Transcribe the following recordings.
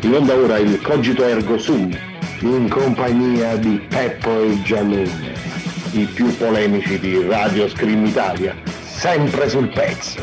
In onda ora il Cogito Ergo Sum, in compagnia di Peppo e Giannone, i più polemici di Radio Scream Italia, sempre sul pezzo.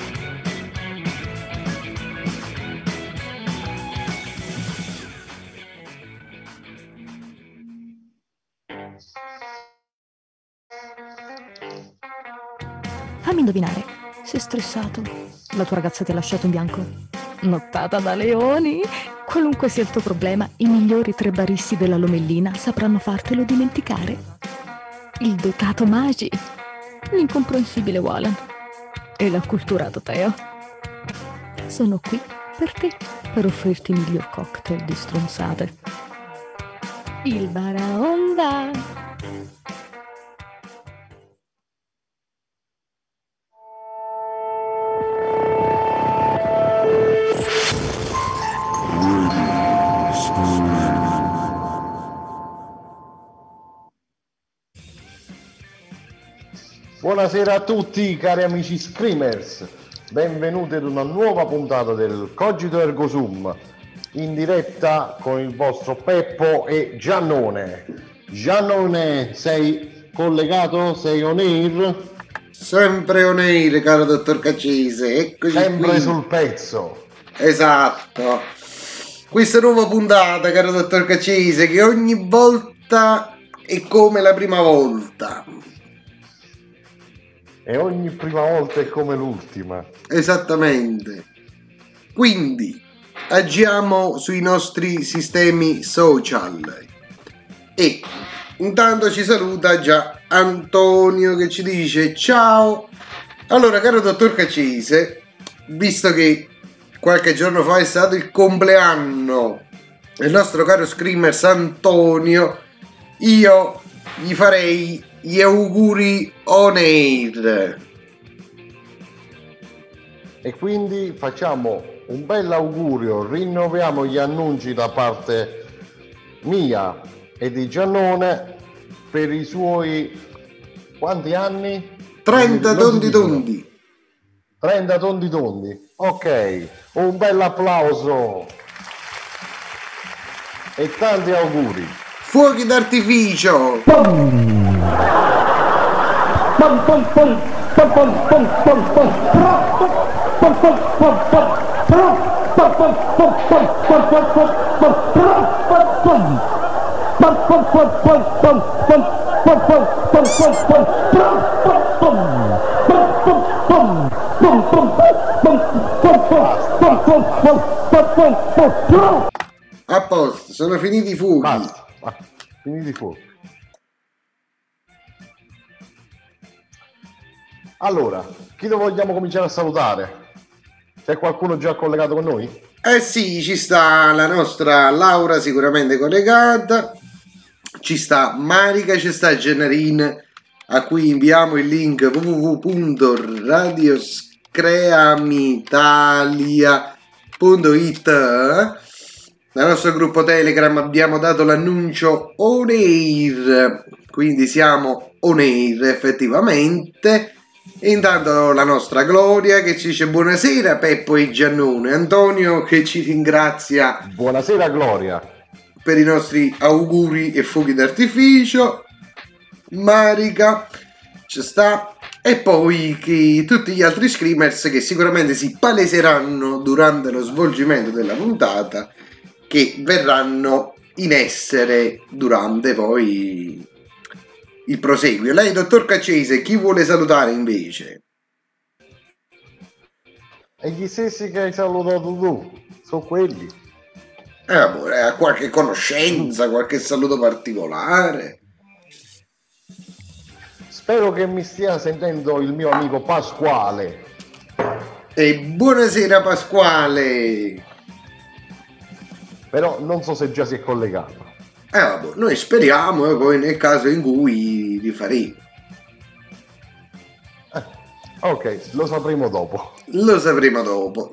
Fammi indovinare, sei stressato? La tua ragazza ti ha lasciato in bianco? Nottata da leoni? Qualunque sia il tuo problema, i migliori 3 baristi della Lomellina sapranno fartelo dimenticare. Il Ducato Magi, l'incomprensibile Walan e l'acculturato Teo sono qui per te, per offrirti il miglior cocktail di stronzate. Il Baraonda. Buonasera a tutti cari amici Screamers, benvenuti ad una nuova puntata del Cogito Ergo Sum, in diretta con il vostro Peppo e Giannone. Giannone, sei collegato? Sei on air? Sempre on air, caro dottor Caccese, eccoci sempre qui. Sul pezzo. Esatto. Questa nuova puntata, caro dottor Caccese, che ogni volta è come la prima volta. E ogni prima volta è come l'ultima. Esattamente. Quindi agiamo sui nostri sistemi social. E intanto ci saluta già Antonio che ci dice ciao. Allora, caro dottor Caccese, visto che qualche giorno fa è stato il compleanno del nostro caro Screamers Antonio, io gli farei gli auguri on air. E quindi facciamo un bel augurio, rinnoviamo gli annunci da parte mia e di Giannone per i suoi quanti anni? 30 tondi. 30 tondi. Ok, un bel applauso e tanti auguri. Fuochi d'artificio. A posto, sono finiti i fuochi. Basta. Finiti i fuochi. Allora, chi lo vogliamo cominciare a salutare? C'è qualcuno già collegato con noi? Eh sì, ci sta la nostra Laura sicuramente collegata, ci sta Marica, ci sta Gennarin, a cui inviamo il link www.radioscreamitalia.it. Nel nostro gruppo Telegram abbiamo dato l'annuncio on air, quindi siamo on air effettivamente. E intanto la nostra Gloria che ci dice buonasera Peppo e Giannone, Antonio che ci ringrazia Buonasera Gloria per i nostri auguri e fuochi d'artificio, Marica ci sta, e poi tutti gli altri screamers che sicuramente si paleseranno durante lo svolgimento della puntata, che verranno in essere durante poi il proseguio. Lei, dottor Caccese, chi vuole salutare invece? E gli stessi che hai salutato tu, sono quelli. Ha qualche conoscenza, qualche saluto particolare? Spero che mi stia sentendo il mio amico Pasquale. E buonasera Pasquale. Però non so se già si è collegato. Vabbè, noi speriamo e poi nel caso in cui li faremo. Ok, lo sapremo dopo. Lo sapremo dopo.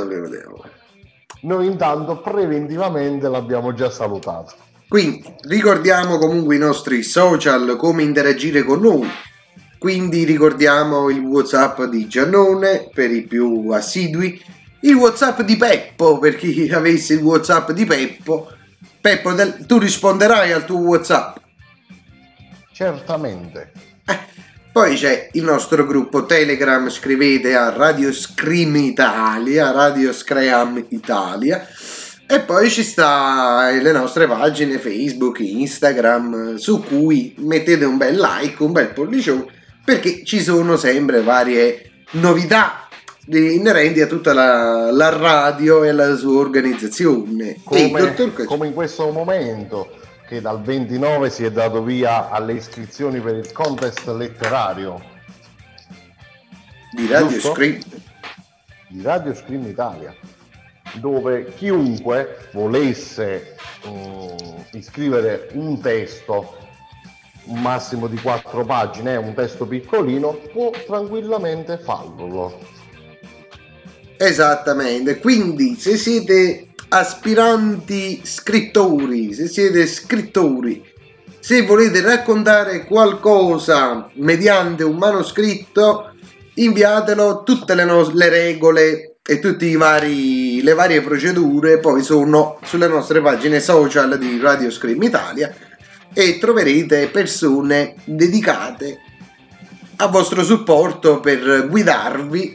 Noi intanto preventivamente l'abbiamo già salutato. Quindi ricordiamo comunque i nostri social, come interagire con noi. Quindi ricordiamo il WhatsApp di Giannone per i più assidui, il WhatsApp di Peppo, per chi avesse il WhatsApp di Peppo. Peppo, tu risponderai al tuo WhatsApp? Certamente. Poi c'è il nostro gruppo Telegram, scrivete a Radio Scream Italia, Radio Scream Italia, e poi ci sta le nostre pagine Facebook, Instagram, su cui mettete un bel like, un bel pollicione, perché ci sono sempre varie novità inerenti a tutta la radio e alla sua organizzazione. Come in questo momento, che dal 29 si è dato via alle iscrizioni per il contest letterario di Radio Scream. Di Radio Scream Italia, dove chiunque volesse iscrivere un testo, un massimo di 4 pagine, un testo piccolino, può tranquillamente farlo. Esattamente, quindi se siete aspiranti scrittori, se siete scrittori, se volete raccontare qualcosa mediante un manoscritto, inviatelo. Tutte le regole e tutte le varie procedure poi sono sulle nostre pagine social di Radio Scream Italia, e troverete persone dedicate a vostro supporto per guidarvi,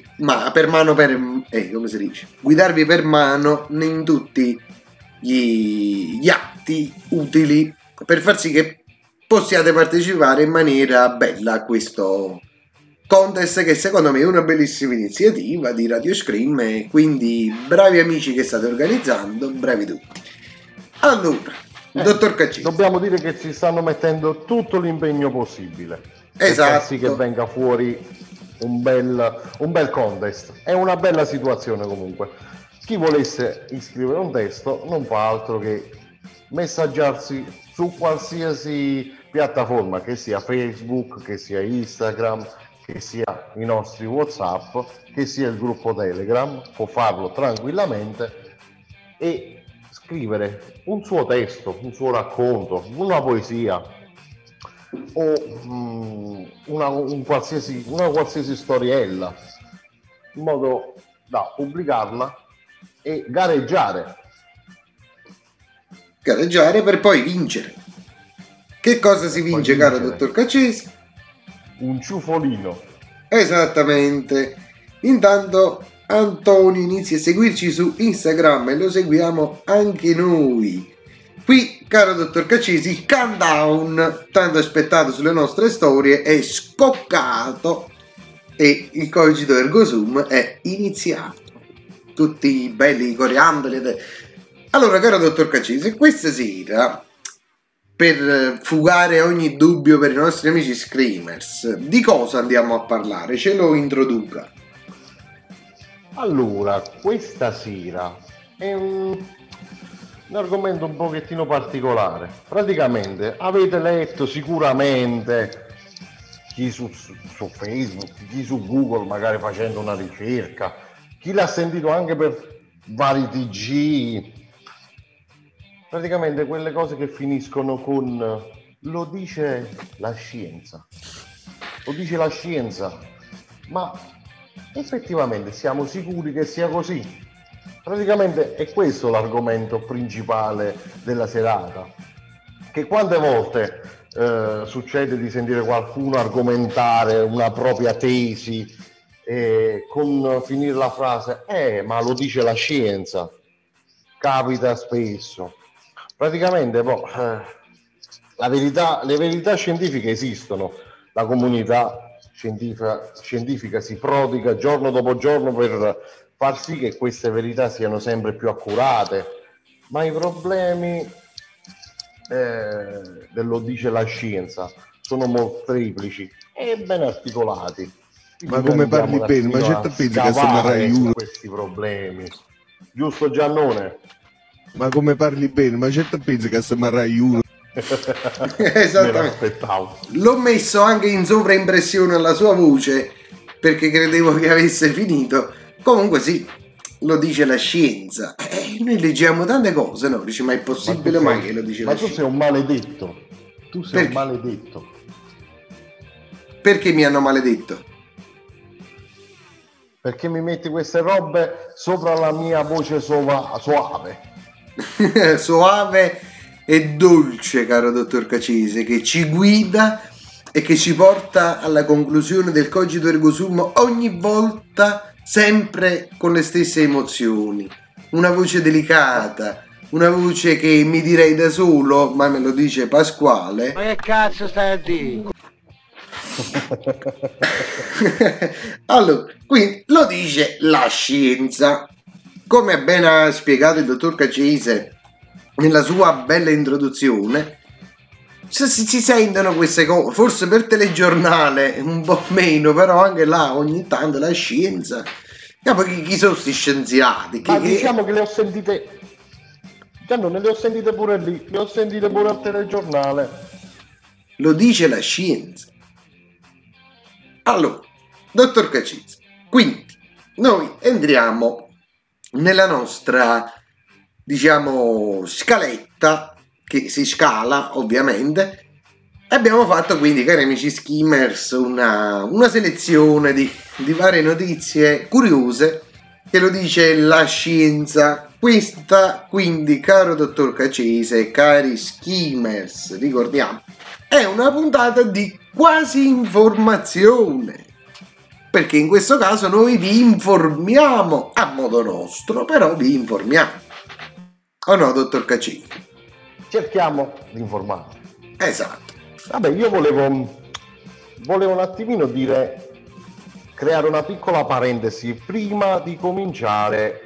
guidarvi per mano in tutti gli atti utili per far sì che possiate partecipare in maniera bella a questo contest, che secondo me è una bellissima iniziativa di Radio Scream, e quindi bravi amici che state organizzando, bravi tutti. Allora, dottor Caccesi, dobbiamo dire che ci stanno mettendo tutto l'impegno possibile. Esatto. Per far sì che venga fuori un bel contest. È una bella situazione comunque. Chi volesse iscrivere un testo non fa altro che messaggiarsi su qualsiasi piattaforma, che sia Facebook, che sia Instagram, che sia i nostri WhatsApp, che sia il gruppo Telegram. Può farlo tranquillamente e scrivere un suo testo, un suo racconto, una poesia o una qualsiasi storiella, in modo da pubblicarla e gareggiare per poi vincere. Che cosa si vince, caro dottor Caccesi? Un ciufolino. Esattamente. Intanto Antonio inizia a seguirci su Instagram e lo seguiamo anche noi. Qui, caro dottor Caccesi, il countdown tanto aspettato sulle nostre storie è scoccato e il cogito ergo sum è iniziato. Tutti belli coriandoli. Allora, caro dottor Caccesi, questa sera, per fugare ogni dubbio per i nostri amici screamers, di cosa andiamo a parlare? Ce lo introduca. Allora, questa sera è un argomento un pochettino particolare. Praticamente avete letto sicuramente, chi su Facebook, chi su Google, magari facendo una ricerca, chi l'ha sentito anche per vari TG, praticamente quelle cose che finiscono con lo dice la scienza, ma effettivamente siamo sicuri che sia così? Praticamente è questo l'argomento principale della serata, che quante volte succede di sentire qualcuno argomentare una propria tesi con finire la frase ma lo dice la scienza. Capita spesso. Praticamente le verità scientifiche esistono, la comunità scientifica si prodiga giorno dopo giorno per far sì che queste verità siano sempre più accurate, ma i problemi dello dice la scienza sono molteplici e ben articolati. Ma come parli bene, ma certo pensi che sono Rai 1 questi problemi, giusto Giannone? Ma come parli bene, ma certo pensi che siamo Rai 1 Esattamente, l'ho messo anche in sovraimpressione alla sua voce perché credevo che avesse finito. Comunque sì, lo dice la scienza. Noi leggiamo tante cose, no? Dice, ma è possibile mai che lo dice la scienza? Ma tu sei un maledetto. Tu sei un maledetto. Perché mi hanno maledetto? Perché mi metti queste robe sopra la mia voce soave? Soave e dolce, caro dottor Cacese, che ci guida e che ci porta alla conclusione del cogito ergo sum ogni volta, sempre con le stesse emozioni. Una voce delicata, una voce che mi direi da solo, ma me lo dice Pasquale. Ma che cazzo stai a dire? Allora, quindi lo dice la scienza. Come appena spiegato il dottor Cacese nella sua bella introduzione, si sentono queste cose, forse per telegiornale un po' meno, però anche là ogni tanto la scienza. Poi chi sono questi scienziati? Ma diciamo che le ho sentite, Giannone, le ho sentite pure lì, le ho sentite pure al telegiornale. Lo dice la scienza. Allora, dottor Cacese, quindi noi entriamo nella nostra, diciamo, scaletta, che si scala ovviamente. Abbiamo fatto quindi, cari amici skimmers, una selezione di varie notizie curiose che lo dice la scienza. Questa quindi, caro dottor Cacese, cari skimmers, ricordiamo, è una puntata di quasi informazione, perché in questo caso noi vi informiamo a modo nostro, però vi informiamo. O no, dottor Cacese? Cerchiamo di informarci. Esatto. Vabbè, io volevo un attimino creare una piccola parentesi prima di cominciare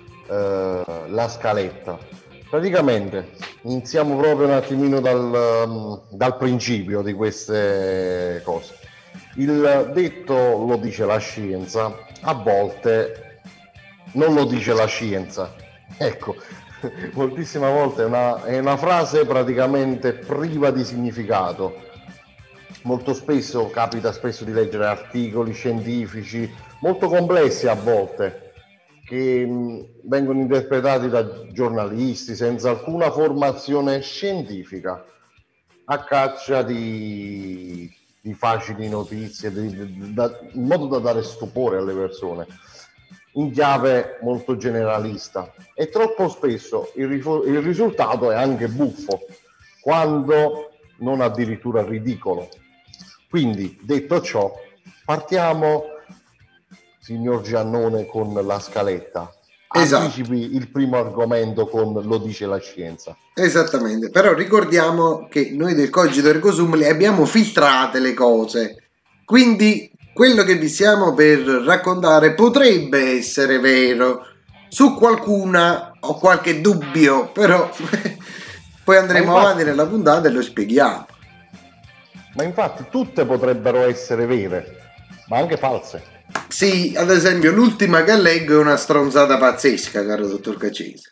la scaletta. Praticamente iniziamo proprio un attimino dal principio di queste cose. Il detto lo dice la scienza, a volte non lo dice la scienza. Ecco, moltissime volte è una frase praticamente priva di significato. Molto spesso capita di leggere articoli scientifici molto complessi a volte, che vengono interpretati da giornalisti senza alcuna formazione scientifica, a caccia di facili notizie, in modo da dare stupore alle persone, in chiave molto generalista. E troppo spesso il risultato è anche buffo, quando non addirittura ridicolo. Quindi, detto ciò, partiamo, signor Giannone, con la scaletta. Esatto. Anticipi il primo argomento con lo dice la scienza. Esattamente, però ricordiamo che noi del cogito ergo sum le abbiamo filtrate le cose, quindi quello che vi stiamo per raccontare potrebbe essere vero. Su qualcuna ho qualche dubbio, però poi andremo avanti nella puntata e lo spieghiamo. Ma infatti tutte potrebbero essere vere, ma anche false. Sì, ad esempio l'ultima che leggo è una stronzata pazzesca, caro dottor Cacese.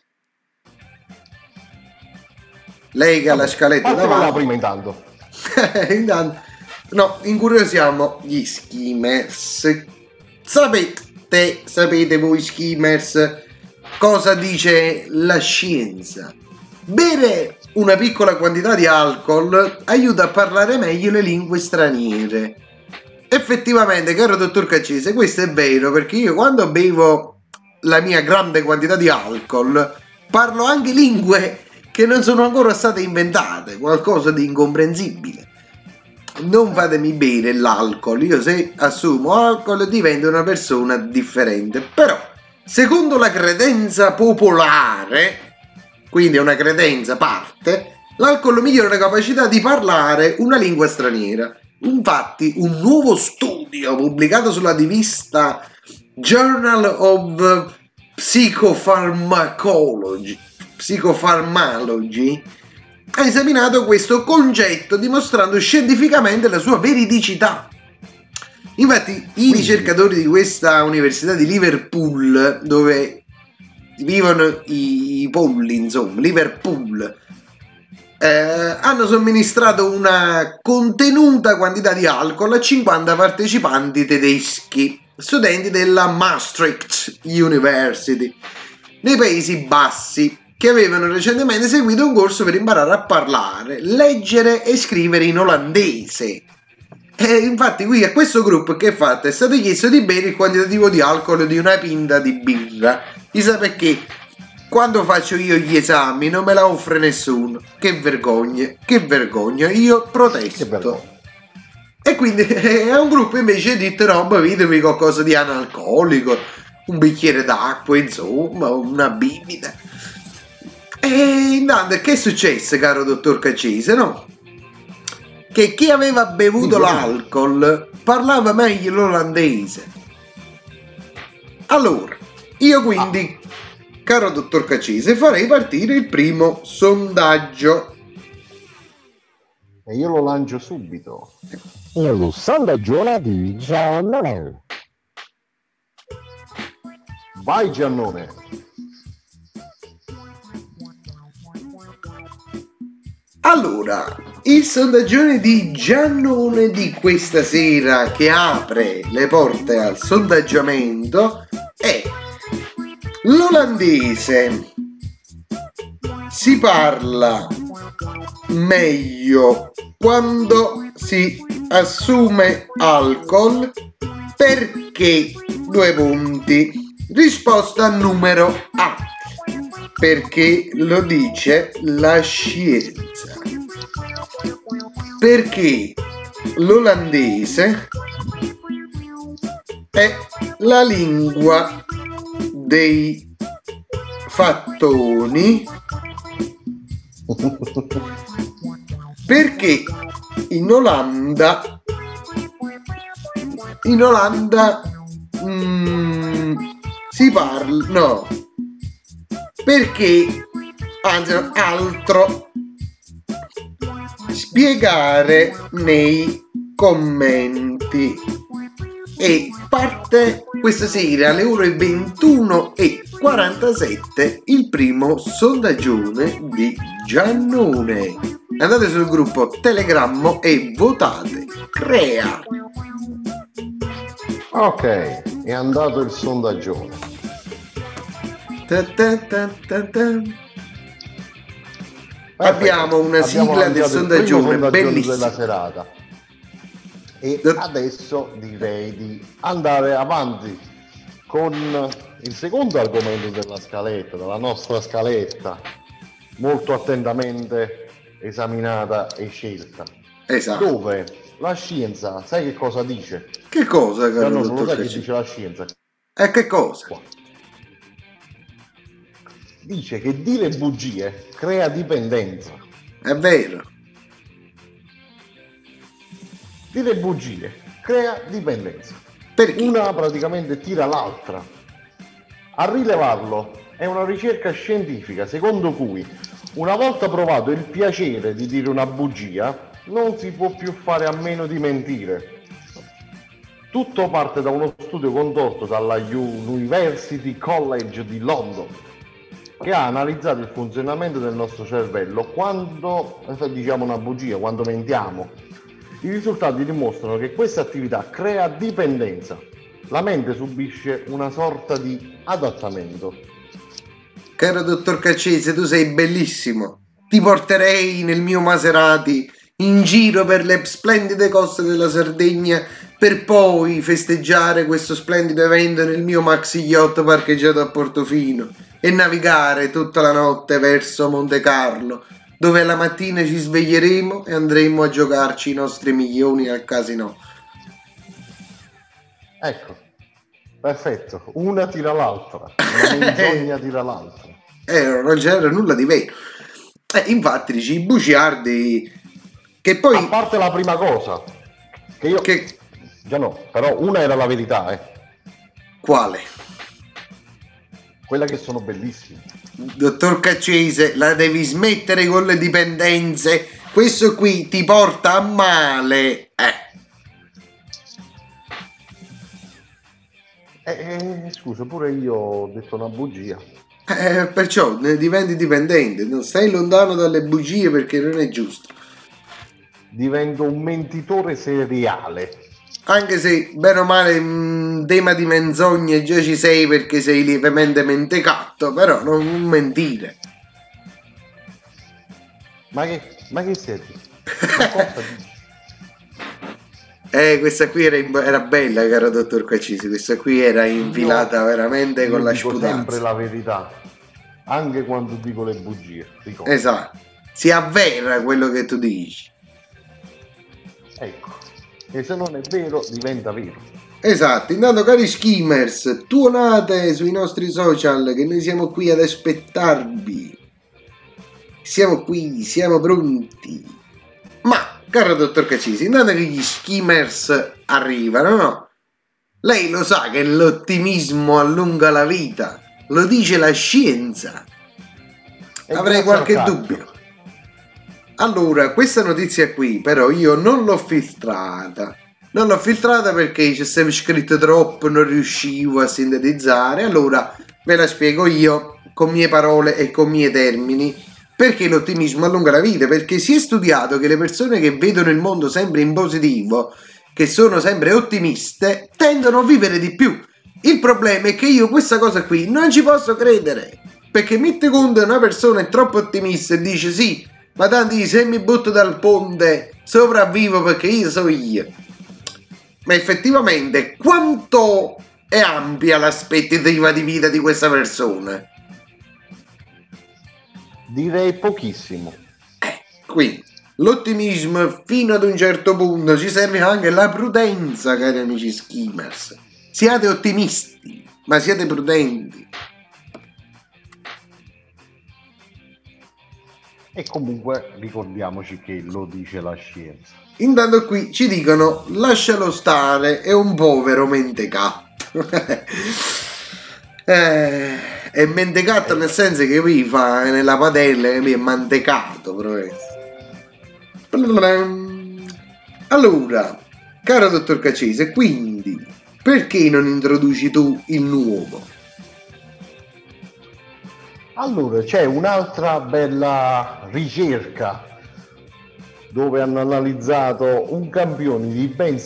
Lei che ha la scaletta davanti. Prima intanto. Intanto, no, incuriosiamo gli skimmers. Sapete voi skimmers cosa dice la scienza? Bere una piccola quantità di alcol aiuta a parlare meglio le lingue straniere. Effettivamente, caro dottor Cacese, questo è vero, perché io quando bevo la mia grande quantità di alcol parlo anche lingue che non sono ancora state inventate, qualcosa di incomprensibile. Non fatemi bere l'alcol, io se assumo alcol divento una persona differente, però secondo la credenza popolare, quindi è una credenza parte, l'alcol migliora la capacità di parlare una lingua straniera. Infatti un nuovo studio pubblicato sulla rivista Journal of Psychopharmacology ha esaminato questo concetto dimostrando scientificamente la sua veridicità. Infatti i ricercatori di questa università di Liverpool, dove vivono i polli, insomma, Liverpool, hanno somministrato una contenuta quantità di alcol a 50 partecipanti tedeschi, studenti della Maastricht University nei Paesi Bassi, che avevano recentemente seguito un corso per imparare a parlare, leggere e scrivere in olandese. E infatti qui a questo gruppo che fate è stato chiesto di bere il quantitativo di alcol di una pinta di birra. Chissà perché quando faccio io gli esami non me la offre nessuno. Che vergogna, io protesto. E quindi a un gruppo invece ha detto no, bevetevi qualcosa di analcolico, un bicchiere d'acqua, insomma, una bibita. E intanto che è successo, caro dottor Caccese, no? Che chi aveva bevuto l'alcol parlava meglio l'olandese. Allora, io quindi, caro dottor Caccese, farei partire il primo sondaggio. E io lo lancio subito. Il sondaggio di Giannone. Vai Giannone. Allora, il sondaggione di Giannone di questa sera, che apre le porte al sondaggiamento, è: l'olandese si parla meglio quando si assume alcol, perché? Due punti. Risposta numero A: perché lo dice la scienza. Perché l'olandese è la lingua dei fattoni, perché in Olanda si parla, no, perché, anzi, altro, spiegare nei commenti. E parte questa sera alle ore 21:47 il primo sondaggione di Giannone. Andate sul gruppo Telegrammo e votate. Crea. Ok, è andato il sondaggione. Abbiamo una sigla del sondaggione bellissima della serata. E adesso direi di andare avanti con il secondo argomento della scaletta, della nostra scaletta, molto attentamente esaminata e scelta. Esatto. Dove la scienza, sai che cosa dice? Che cosa, caro Non lo dottor sai che Caccese? dice la scienza? E che cosa? Qua. Dice che dire bugie crea dipendenza. È vero. Dire bugie crea dipendenza. Perché? Una praticamente tira l'altra. A rilevarlo è una ricerca scientifica secondo cui una volta provato il piacere di dire una bugia non si può più fare a meno di mentire. Tutto parte da uno studio condotto dalla University College di London, che ha analizzato il funzionamento del nostro cervello quando diciamo una bugia, quando mentiamo. I risultati dimostrano che questa attività crea dipendenza. La mente subisce una sorta di adattamento. Caro dottor Caccese, tu sei bellissimo. Ti porterei nel mio Maserati in giro per le splendide coste della Sardegna per poi festeggiare questo splendido evento nel mio maxi yacht parcheggiato a Portofino e navigare tutta la notte verso Monte Carlo, dove alla mattina ci sveglieremo e andremo a giocarci i nostri milioni al casino. Ecco, perfetto, una tira l'altra, una menzogna tira l'altra. Non c'era nulla di vero. Infatti dici, i bugiardi, che poi... A parte la prima cosa, che io... Già no, però una era la verità, Quale? Quella che sono bellissimi. Dottor Caccese, la devi smettere con le dipendenze. Questo qui ti porta a male. Scusa, pure io ho detto una bugia. Perciò ne diventi dipendente. Non stai lontano dalle bugie perché non è giusto. Divento un mentitore seriale. Anche se, bene o male, in tema di menzogne già ci sei perché sei lievemente mentecatto, però non mentire. Ma che siete? Ma cosa dici? Questa qui era bella, caro dottor Quaccisi, questa qui era infilata veramente con la dico sputazza. sempre la verità, anche quando dico le bugie. Ricordo. Esatto, si avvera quello che tu dici. Ecco, e se non è vero diventa vero. Esatto, intanto cari skimmers, tuonate sui nostri social che noi siamo qui ad aspettarvi. Siamo qui, siamo pronti. Ma, caro dottor Caccisi, intanto che gli skimmers arrivano, no? Lei lo sa che l'ottimismo allunga la vita, lo dice la scienza. Avrei qualche dubbio. Allora, questa notizia qui, però, io non l'ho filtrata. Non l'ho filtrata perché c'è sempre scritto troppo, non riuscivo a sintetizzare. Allora, ve la spiego io, con mie parole e con miei termini. Perché l'ottimismo allunga la vita? Perché si è studiato che le persone che vedono il mondo sempre in positivo, che sono sempre ottimiste, tendono a vivere di più. Il problema è che io questa cosa qui non ci posso credere. Perché mette conto una persona è troppo ottimista e dice sì, ma tanti se mi butto dal ponte sopravvivo perché io so io. Ma effettivamente quanto è ampia l'aspettativa di vita di questa persona? Direi pochissimo. Qui l'ottimismo fino ad un certo punto, ci serve anche la prudenza, cari amici skimmers. Siate ottimisti, ma siate prudenti. E comunque ricordiamoci che lo dice la scienza. Intanto qui ci dicono lascialo stare, è un povero mentecato. È mentecato nel senso che qui fa nella padella che mi è mantecato, professore. Allora, caro dottor Caccese, quindi perché non introduci tu il nuovo? Allora, c'è un'altra bella ricerca dove hanno analizzato un campione di ben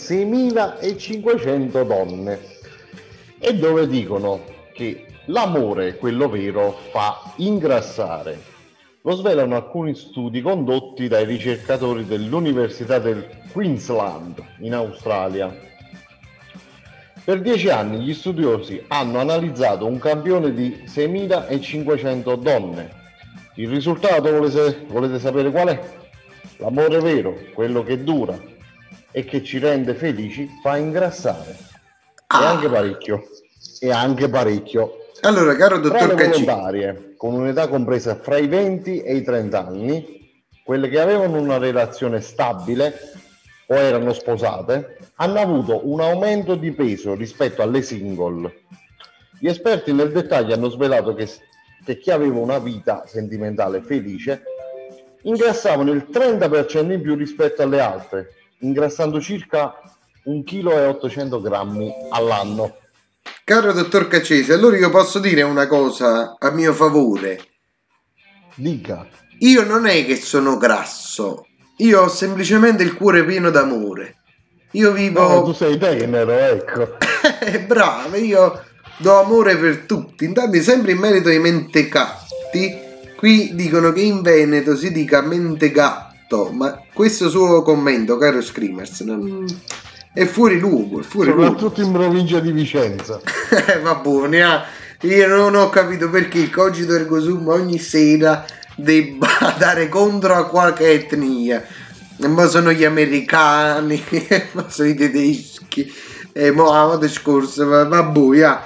6.500 donne e dove dicono che l'amore, quello vero, fa ingrassare. Lo svelano alcuni studi condotti dai ricercatori dell'Università del Queensland in Australia. Per 10 anni gli studiosi hanno analizzato un campione di 6.500 donne. Il risultato volete sapere qual è? L'amore vero, quello che dura e che ci rende felici, fa ingrassare. E anche parecchio. E anche parecchio. Allora, caro dottor Tra le Caccese, volontarie con un'età compresa fra i 20 e i 30 anni, quelle che avevano una relazione stabile o erano sposate, hanno avuto un aumento di peso rispetto alle single. Gli esperti nel dettaglio hanno svelato che chi aveva una vita sentimentale felice ingrassavano il 30% in più rispetto alle altre, ingrassando circa 1,8 kg all'anno. caro dottor Caccese, allora io posso dire una cosa a mio favore. Dica. Io non è che sono grasso, io ho semplicemente il cuore pieno d'amore. Io vivo... No, tu sei tenero, ecco. Bravo, io do amore per tutti. Intanto, sempre in merito ai mentecatti, qui dicono che in Veneto si dica mentegatto, ma questo suo commento, caro Screamers, è fuori luogo, è fuori luogo. Soprattutto in provincia di Vicenza. Va buone, io non ho capito perché il Cogito Ergo Sum ogni sera debba dare contro a qualche etnia. Ma sono gli americani, ma sono i tedeschi, e mo la volta scorsa, vabbè,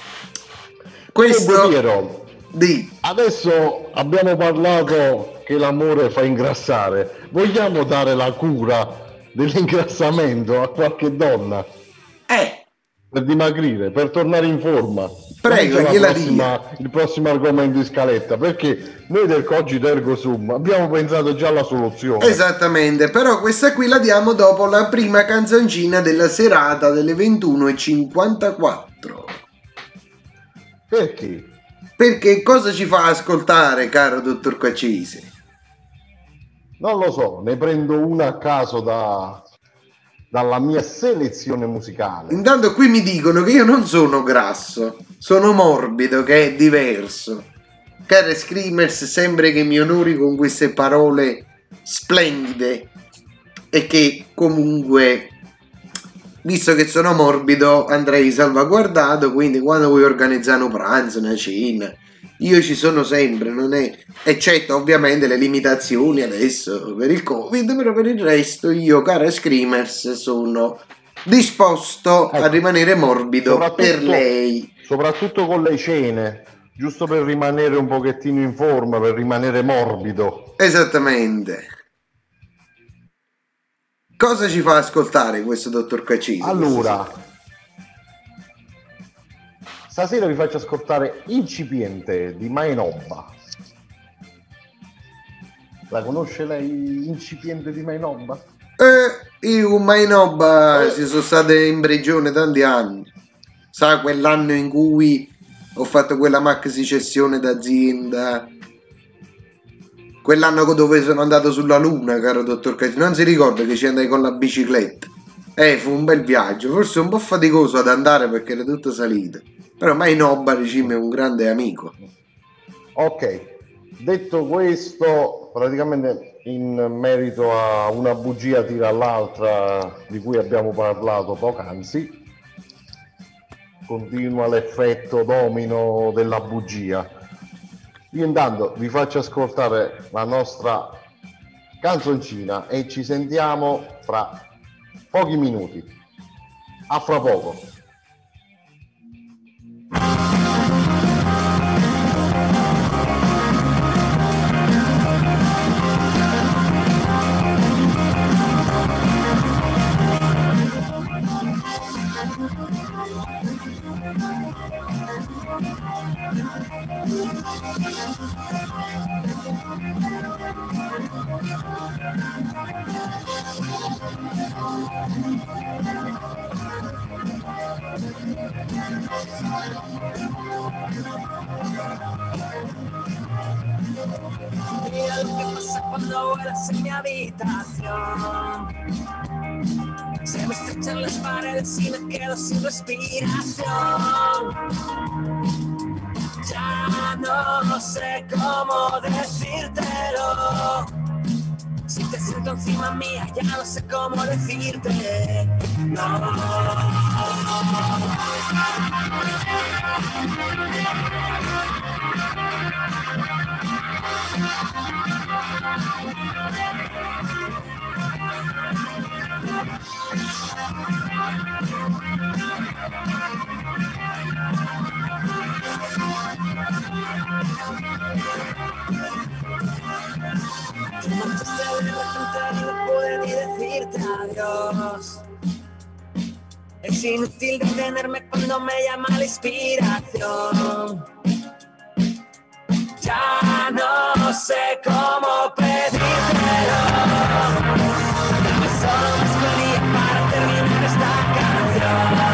questo Piero, adesso abbiamo parlato che l'amore fa ingrassare, vogliamo dare la cura dell'ingrassamento a qualche donna per dimagrire, per tornare in forma? Prego, gliela dia. Il prossimo argomento in scaletta, perché noi del Cogito Ergo Sum abbiamo pensato già alla soluzione. Esattamente, però questa qui la diamo dopo la prima canzoncina della serata delle 21:54. Perché? Perché cosa ci fa ascoltare, caro dottor Caccese? Non lo so, ne prendo una a caso dalla mia selezione musicale. Intanto qui mi dicono che io non sono grasso, sono morbido, che è diverso. Caro Screamers, sembra che mi onori con queste parole splendide e che comunque visto che sono morbido andrei salvaguardato, quindi quando vuoi organizzare un pranzo, una cena, io ci sono sempre, non è, eccetto ovviamente le limitazioni adesso per il Covid, però per il resto io, cara Screamers, sono disposto a rimanere morbido per lei. Soprattutto con le cene, giusto per rimanere un pochettino in forma, per rimanere morbido. Esattamente. Cosa ci fa ascoltare questo dottor Cacisi? Allora, stasera vi faccio ascoltare Incipiente di Mainobba. La conosce lei, Incipiente di Mainobba? Io Mainobba ci sono state in prigione tanti anni. Sa quell'anno in cui ho fatto quella maxi cessione d'azienda, quell'anno dove sono andato sulla luna, caro dottor Cacisi, non si ricorda che ci andai con la bicicletta? Fu un bel viaggio, forse un po' faticoso ad andare perché era tutto salito, però Mainobba è un grande amico. Ok, detto questo, praticamente in merito a una bugia tira all'altra di cui abbiamo parlato poc'anzi, continua l'effetto domino della bugia. Io intanto vi faccio ascoltare la nostra canzoncina e ci sentiamo fra pochi minuti. A fra poco. Mira lo que pasa cuando vuelas en mi habitación. Se me estrechan las paredes y me quedo sin respiración. Ya no sé cómo decírtelo. Si te siento encima mía, ya no sé cómo decirte. No. Tú marchaste de repente y no pude ni decirte adiós. Es inútil detenerme cuando me llama la inspiración. Ya no sé cómo pedírtelo. Dame solo más que un día para terminar esta canción.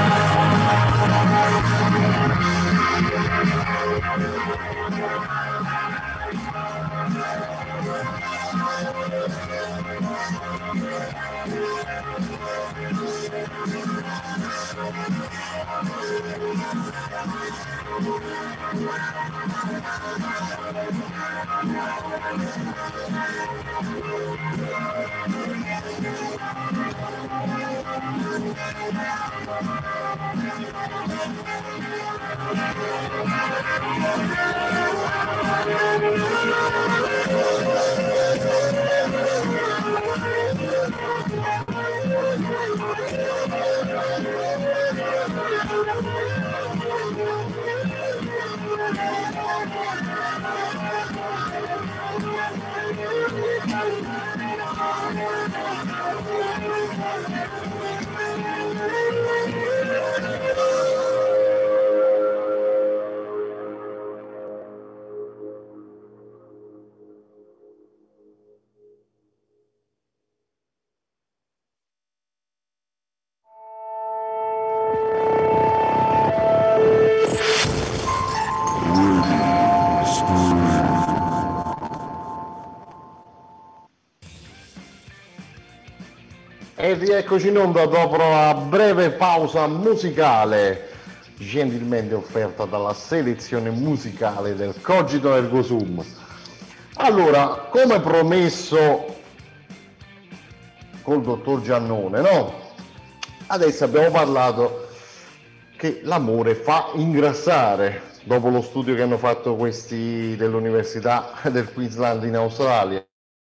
E rieccoci in onda dopo la breve pausa musicale, gentilmente offerta dalla selezione musicale del Cogito Ergo Sum. Allora, come promesso col dottor Giannone, no? Adesso abbiamo parlato che l'amore fa ingrassare, dopo lo studio che hanno fatto questi dell'Università del Queensland in Australia.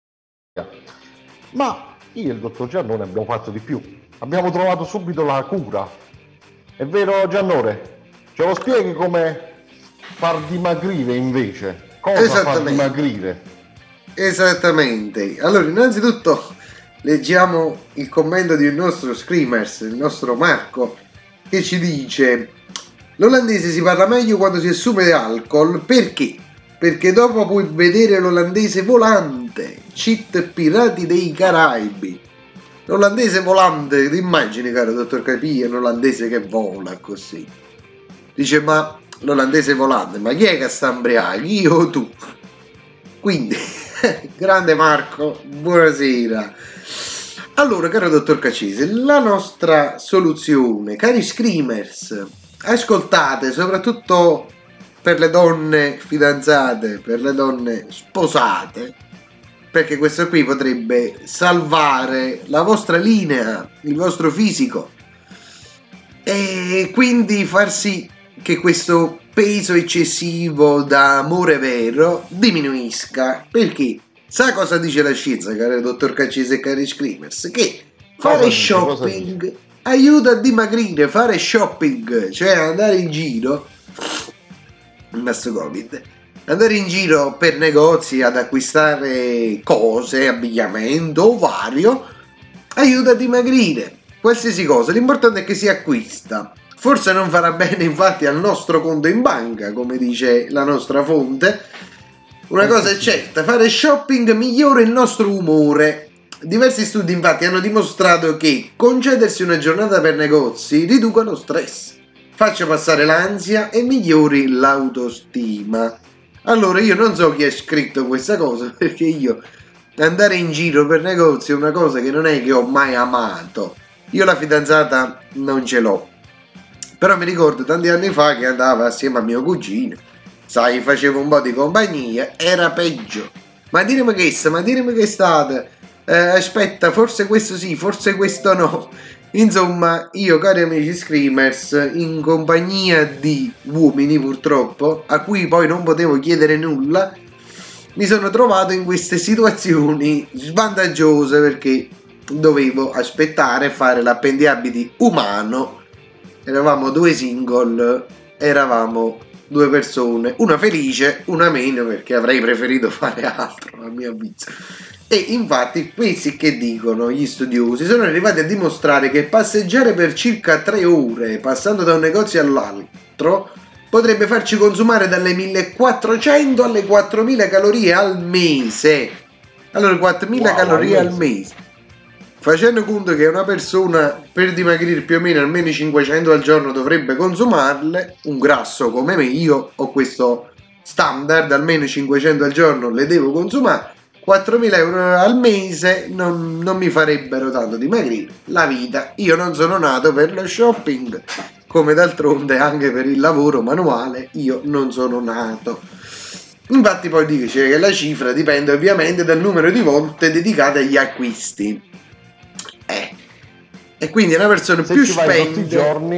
Ma io e il dottor Giannone abbiamo fatto di più. Abbiamo trovato subito la cura. È vero, Giannone? Ce lo spieghi come far dimagrire invece? Cosa far dimagrire? Esattamente. Allora, innanzitutto leggiamo il commento di un nostro Screamers, il nostro Marco, che ci dice: l'olandese si parla meglio quando si assume alcol. Perché? Perché dopo puoi vedere l'olandese volante, cheat Pirati dei Caraibi. L'olandese volante, ti immagini, caro dottor Capì, un olandese che vola così? Dice: ma l'olandese volante, ma chi è che sta ubriaco? Io o tu? Quindi, grande Marco, buonasera. Allora, caro dottor Caccese, la nostra soluzione, cari Screamers, ascoltate, soprattutto per le donne fidanzate, per le donne sposate, perché questo qui potrebbe salvare la vostra linea, il vostro fisico, e quindi far sì che questo peso eccessivo da amore vero diminuisca. Perché sa cosa dice la scienza, caro dottor Caccese e cari Screamers? Che fare shopping aiuta a dimagrire. Fare shopping, cioè andare in giro, questo Covid, andare in giro per negozi ad acquistare cose, abbigliamento o vario, aiuta a dimagrire. Qualsiasi cosa, l'importante è che si acquista. Forse non farà bene infatti al nostro conto in banca, come dice la nostra fonte. Una cosa è certa, fare shopping migliora il nostro umore. Diversi studi infatti hanno dimostrato che concedersi una giornata per negozi riduca lo stress, faccia passare l'ansia e migliori l'autostima. Allora io non so chi ha scritto questa cosa, perché io andare in giro per negozi è una cosa che non è che ho mai amato. Io la fidanzata non ce l'ho, però mi ricordo tanti anni fa che andava assieme a mio cugino, sai, facevo un po' di compagnia, era peggio. Ma diremi che è stata, aspetta, forse questo sì, forse questo no. Insomma, io, cari amici Screamers, in compagnia di uomini purtroppo, a cui poi non potevo chiedere nulla, mi sono trovato in queste situazioni svantaggiose, perché dovevo aspettare e fare l'appendiabiti umano. Eravamo due single, eravamo due persone, una felice, una meno, perché avrei preferito fare altro a mio avviso. E infatti questi che dicono gli studiosi sono arrivati a dimostrare che passeggiare per circa 3 ore passando da un negozio all'altro potrebbe farci consumare dalle 1400 alle 4000 calorie al mese. Allora 4000 calorie al mese, facendo conto che una persona per dimagrire più o meno almeno 500 al giorno dovrebbe consumarle, un grasso come me, io ho questo standard, almeno 500 al giorno le devo consumare. 4.000 euro al mese non mi farebbero tanto dimagrire. La vita, io non sono nato per lo shopping, come d'altronde anche per il lavoro manuale io non sono nato. Infatti poi dice che la cifra dipende ovviamente dal numero di volte dedicate agli acquisti. E quindi una persona se più ci vai spende tutti i giorni,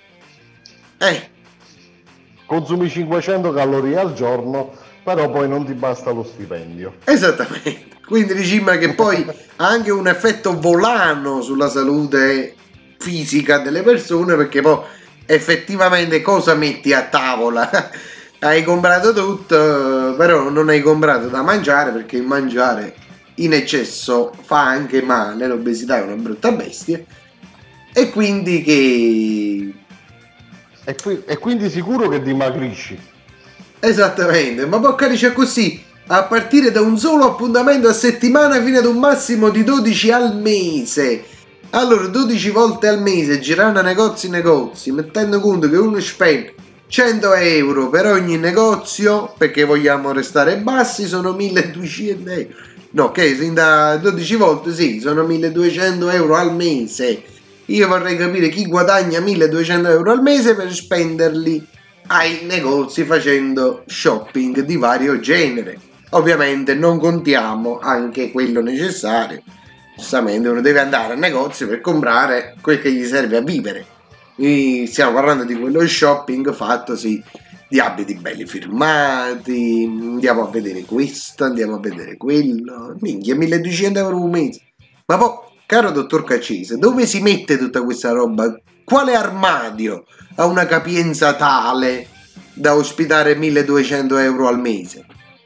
consumi 500 calorie al giorno, però poi non ti basta lo stipendio. Esattamente. Quindi diciamo che poi ha anche un effetto volano sulla salute fisica delle persone, perché poi effettivamente cosa metti a tavola? Hai comprato tutto, però non hai comprato da mangiare, perché il mangiare in eccesso fa anche male, l'obesità è una brutta bestia, e quindi che... E quindi sicuro che dimagrisci. Esattamente, ma poi c'è così, a partire da un solo appuntamento a settimana fino ad un massimo di 12 al mese. Allora 12 volte al mese girando a negozi, mettendo conto che uno spende 100 euro per ogni negozio, perché vogliamo restare bassi, sono 1200 euro. No, che da 12 volte sì, sono 1200 euro al mese. Io vorrei capire chi guadagna 1200 euro al mese per spenderli ai negozi facendo shopping di vario genere. Ovviamente non contiamo anche quello necessario giustamente uno deve andare al negozio per comprare quel che gli serve a vivere. E stiamo parlando di quello shopping fattosi di abiti belli firmati, andiamo a vedere questo, andiamo a vedere quello, minchia, 1200 euro un mese. Ma poi, caro dottor Caccese, dove si mette tutta questa roba? Quale armadio ha una capienza tale da ospitare 1200 euro al mese?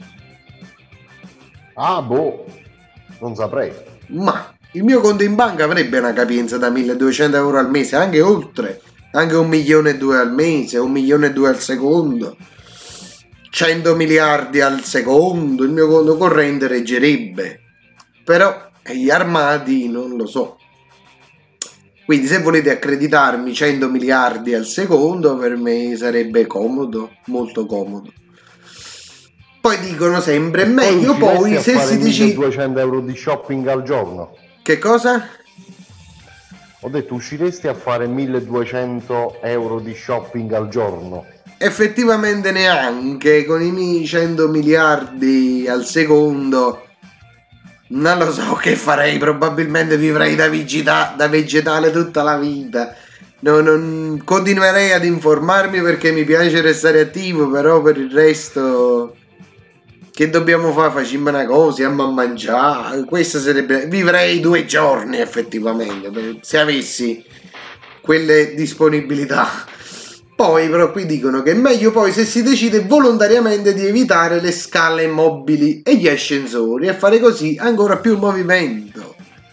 Ah, boh, non saprei. Ma il mio conto in banca avrebbe una capienza da 1200 euro al mese, anche oltre, anche 1,2 milioni al mese, 1,2 milioni al secondo, 100 miliardi al secondo, il mio conto corrente reggerebbe. Però gli armadi non lo so. Quindi se volete accreditarmi 100 miliardi al secondo, per me sarebbe comodo, molto comodo. Poi dicono sempre meglio poi se si decide 200 euro di shopping al giorno. Che cosa? Ho detto, usciresti a fare 1200 euro di shopping al giorno? Effettivamente neanche, con i miei 100 miliardi al secondo non lo so che farei, probabilmente vivrei da vegetale tutta la vita. Non continuerei ad informarmi perché mi piace restare attivo, però per il resto che dobbiamo fare? Facciamo una cosa, andiamo a mangiare. Questo sarebbe, vivrei 2 giorni effettivamente se avessi quelle disponibilità. Poi però qui dicono che è meglio poi se si decide volontariamente di evitare le scale mobili e gli ascensori e fare così ancora più movimento.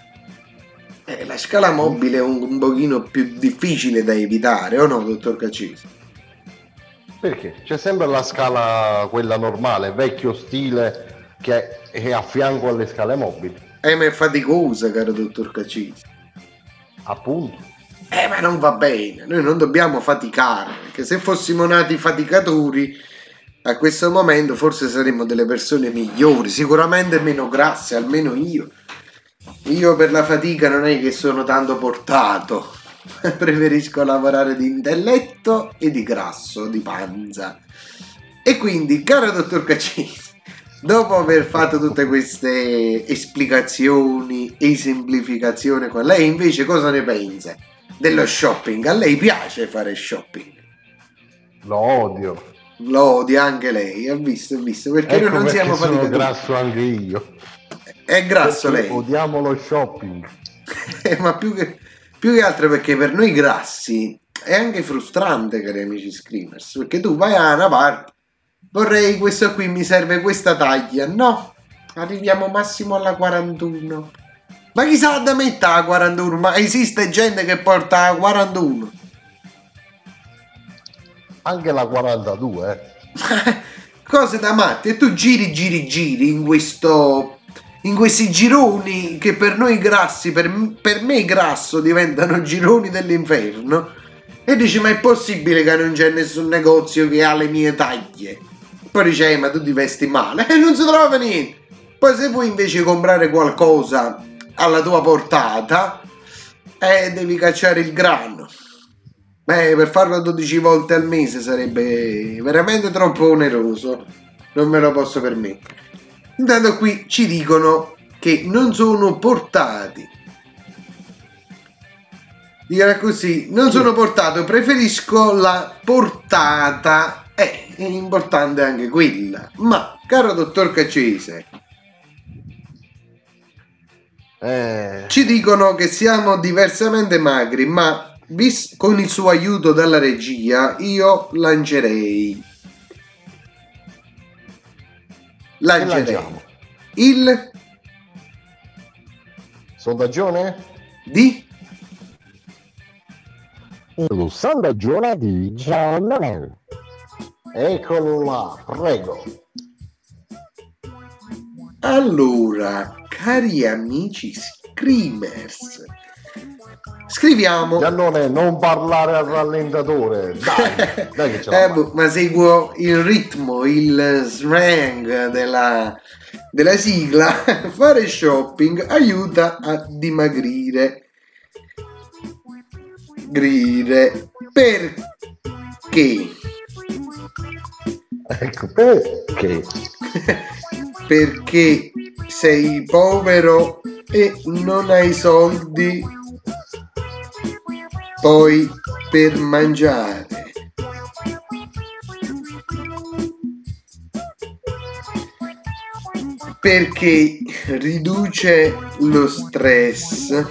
La scala mobile è un pochino più difficile da evitare, o no, dottor Caccese? Perché? C'è sempre la scala, quella normale, vecchio stile, che è a fianco alle scale mobili. Ma è faticosa, caro dottor Caccese. Appunto. Ma non va bene, noi non dobbiamo faticare, perché se fossimo nati faticatori a questo momento forse saremmo delle persone migliori, sicuramente meno grasse, almeno io. Io per la fatica non è che sono tanto portato, preferisco lavorare di intelletto e di grasso, di panza. E quindi, caro dottor Caccese, dopo aver fatto tutte queste esplicazioni e semplificazioni con lei, invece cosa ne pensa dello shopping? A lei piace fare shopping? Lo odio. Lo odia anche lei, ha visto, perché Ecco, noi non siamo sono faticatori. grasso anche io. È grasso Perché lei. odiamo lo shopping. Ma più che altro perché per noi grassi è anche frustrante, cari amici screamers, perché tu vai a una parte, vorrei questo qui, mi serve questa taglia, no, arriviamo massimo alla 41. Ma chi sa da mettere a 41? Ma esiste gente che porta a 41? Anche la 42, Cose da matti. E tu giri in questi gironi che per noi grassi, per me grasso, diventano gironi dell'inferno, e dici ma è possibile che non c'è nessun negozio che ha le mie taglie? Poi dici ma tu ti vesti male e non si trova niente. Poi se vuoi invece comprare qualcosa alla tua portata, devi cacciare il grano. Per farlo 12 volte al mese sarebbe veramente troppo oneroso, non me lo posso permettere. Intanto qui ci dicono che non sono portati. Dirà così, non sono portato, preferisco la portata. È importante anche quella. Ma, caro dottor Caccese, ci dicono che siamo diversamente magri, ma con il suo aiuto dalla regia io lancerei il sondagione di Il sondaggio di Giannone. eccolo là, prego. Allora, cari amici screamers, scriviamo. Giannone, non parlare al rallentatore, dai che ce la Ma seguo il ritmo, il slang della sigla. Fare shopping aiuta a dimagrire. Perché? Ecco perché. Perché sei povero e non hai soldi poi per mangiare. Perché riduce lo stress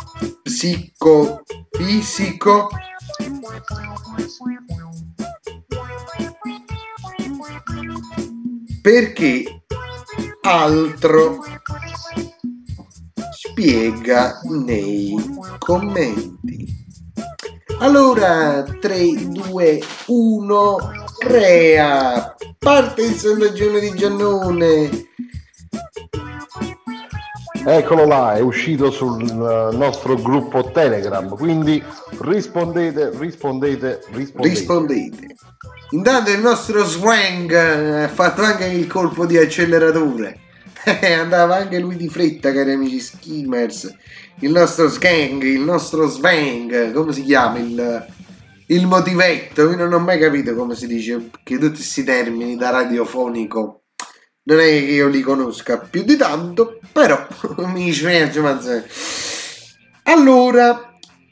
psicofisico, perché altro spiega nei commenti. Allora 3, 2, 1, crea! Parte il sondaggio di Giannone. Eccolo là, è uscito sul nostro gruppo Telegram, quindi rispondete. Intanto il nostro Swang ha fatto anche il colpo di acceleratore. Andava anche lui di fretta, cari amici skimmers. Il nostro Swang, come si chiama? Il motivetto, io non ho mai capito come si dice, che tutti questi termini da radiofonico non è che io li conosca più di tanto, però mi dispiace, ma allora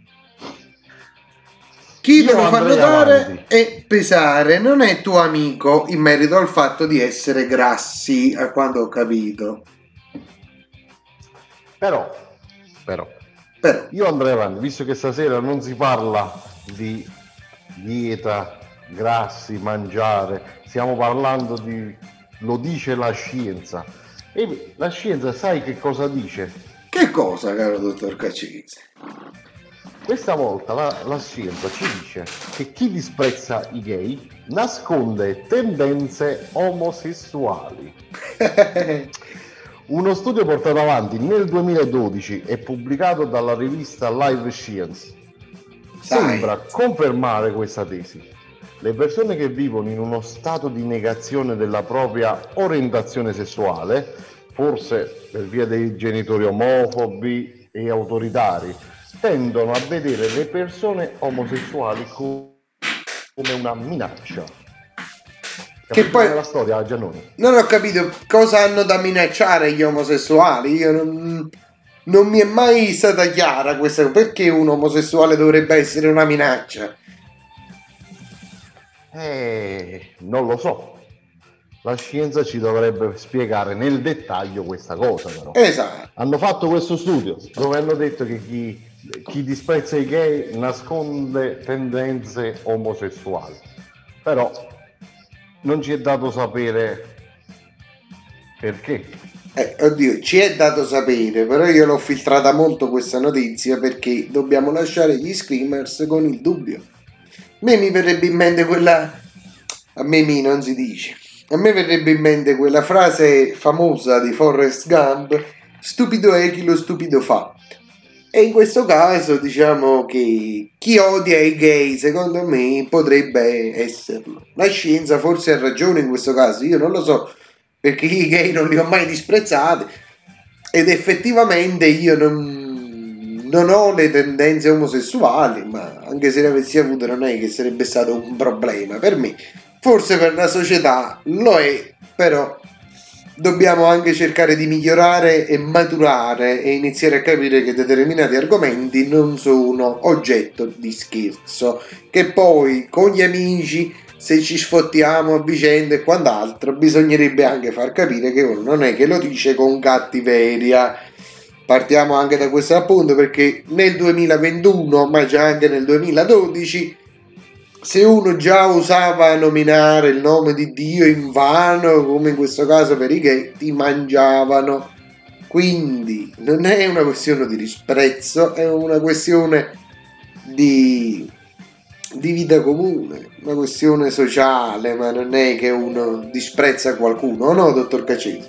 chi te lo fa notare e pesare non è tuo amico in merito al fatto di essere grassi, a quanto ho capito. Però io andrei avanti, visto che stasera non si parla di dieta, grassi, mangiare, stiamo parlando di, lo dice la scienza, e la scienza sai che cosa dice? Che cosa, caro dottor Caccese? Questa volta la scienza ci dice che chi disprezza i gay nasconde tendenze omosessuali. Uno studio portato avanti nel 2012 e pubblicato dalla rivista Live Science sembra confermare questa tesi. Le persone che vivono in uno stato di negazione della propria orientazione sessuale, forse per via dei genitori omofobi e autoritari, tendono a vedere le persone omosessuali come una minaccia. Che poi la storia, Giannone? Non ho capito cosa hanno da minacciare gli omosessuali. Io non mi è mai stata chiara questa. Perché un omosessuale dovrebbe essere una minaccia? Non lo so. La scienza ci dovrebbe spiegare nel dettaglio questa cosa, però. Esatto. Hanno fatto questo studio dove hanno detto che chi disprezza i gay nasconde tendenze omosessuali. Però non ci è dato sapere perché. Oddio, ci è dato sapere, però io l'ho filtrata molto questa notizia perché dobbiamo lasciare gli screamers con il dubbio. A me mi verrebbe in mente quella... A me non si dice. A me verrebbe in mente quella frase famosa di Forrest Gump: stupido è chi lo stupido fa. E in questo caso diciamo che chi odia i gay, secondo me, potrebbe esserlo. La scienza forse ha ragione in questo caso, io non lo so, perché i gay non li ho mai disprezzati ed effettivamente io non ho le tendenze omosessuali, ma anche se le avessi avute non è che sarebbe stato un problema per me. Forse per la società lo è, però dobbiamo anche cercare di migliorare e maturare e iniziare a capire che determinati argomenti non sono oggetto di scherzo, che poi con gli amici, se ci sfottiamo a vicenda e quant'altro, bisognerebbe anche far capire che uno non è che lo dice con cattiveria. Partiamo anche da questo appunto, perché nel 2021, ma già anche nel 2012, se uno già usava nominare il nome di Dio in vano, come in questo caso per i gay, ti mangiavano. Quindi non è una questione di disprezzo, è una questione di vita comune, una questione sociale, ma non è che uno disprezza qualcuno, no, dottor Caccese?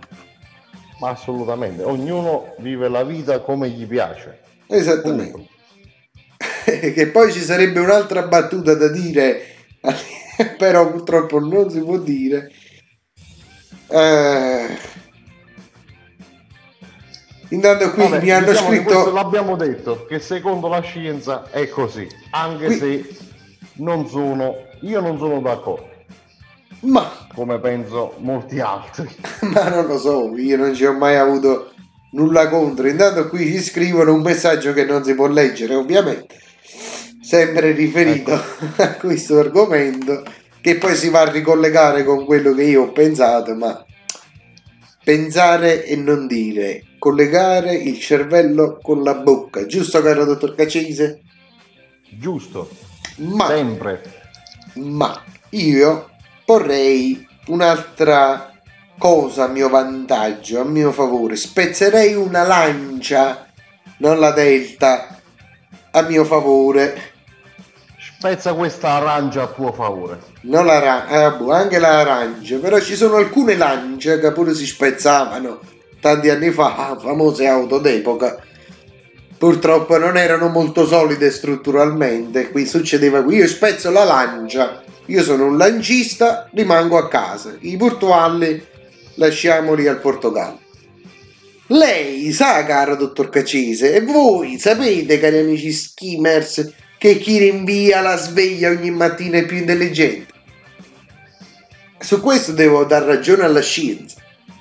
Ma assolutamente, ognuno vive la vita come gli piace. Esattamente. Punto. Che poi ci sarebbe un'altra battuta da dire, però purtroppo non si può dire. Intanto qui mi hanno scritto, l'abbiamo detto, che secondo la scienza è così, anche qui... se io non sono d'accordo, ma come penso molti altri. ma non lo so, io non ci ho mai avuto nulla contro. Intanto qui ci scrivono un messaggio che non si può leggere, ovviamente, sempre riferito a questo argomento, che poi si va a ricollegare con quello che io ho pensato, ma pensare e non dire, collegare il cervello con la bocca, giusto caro dottor Cacese? Giusto, Ma sempre. Ma io porrei un'altra cosa a mio vantaggio, a mio favore. Spezzerei una lancia, non la delta, a mio favore. Spezza questa arancia a tuo favore. Non anche l'arancia, però ci sono alcune lance che pure si spezzavano tanti anni fa, famose auto d'epoca. Purtroppo non erano molto solide strutturalmente, qui succedeva qui, io spezzo la lancia, io sono un lancista, rimango a casa, i portualli lasciamoli al Portogallo. Lei sa, caro dottor Cacese, e voi sapete, cari amici skimmers, che chi rinvia la sveglia ogni mattina è più intelligente? Su questo devo dar ragione alla scienza.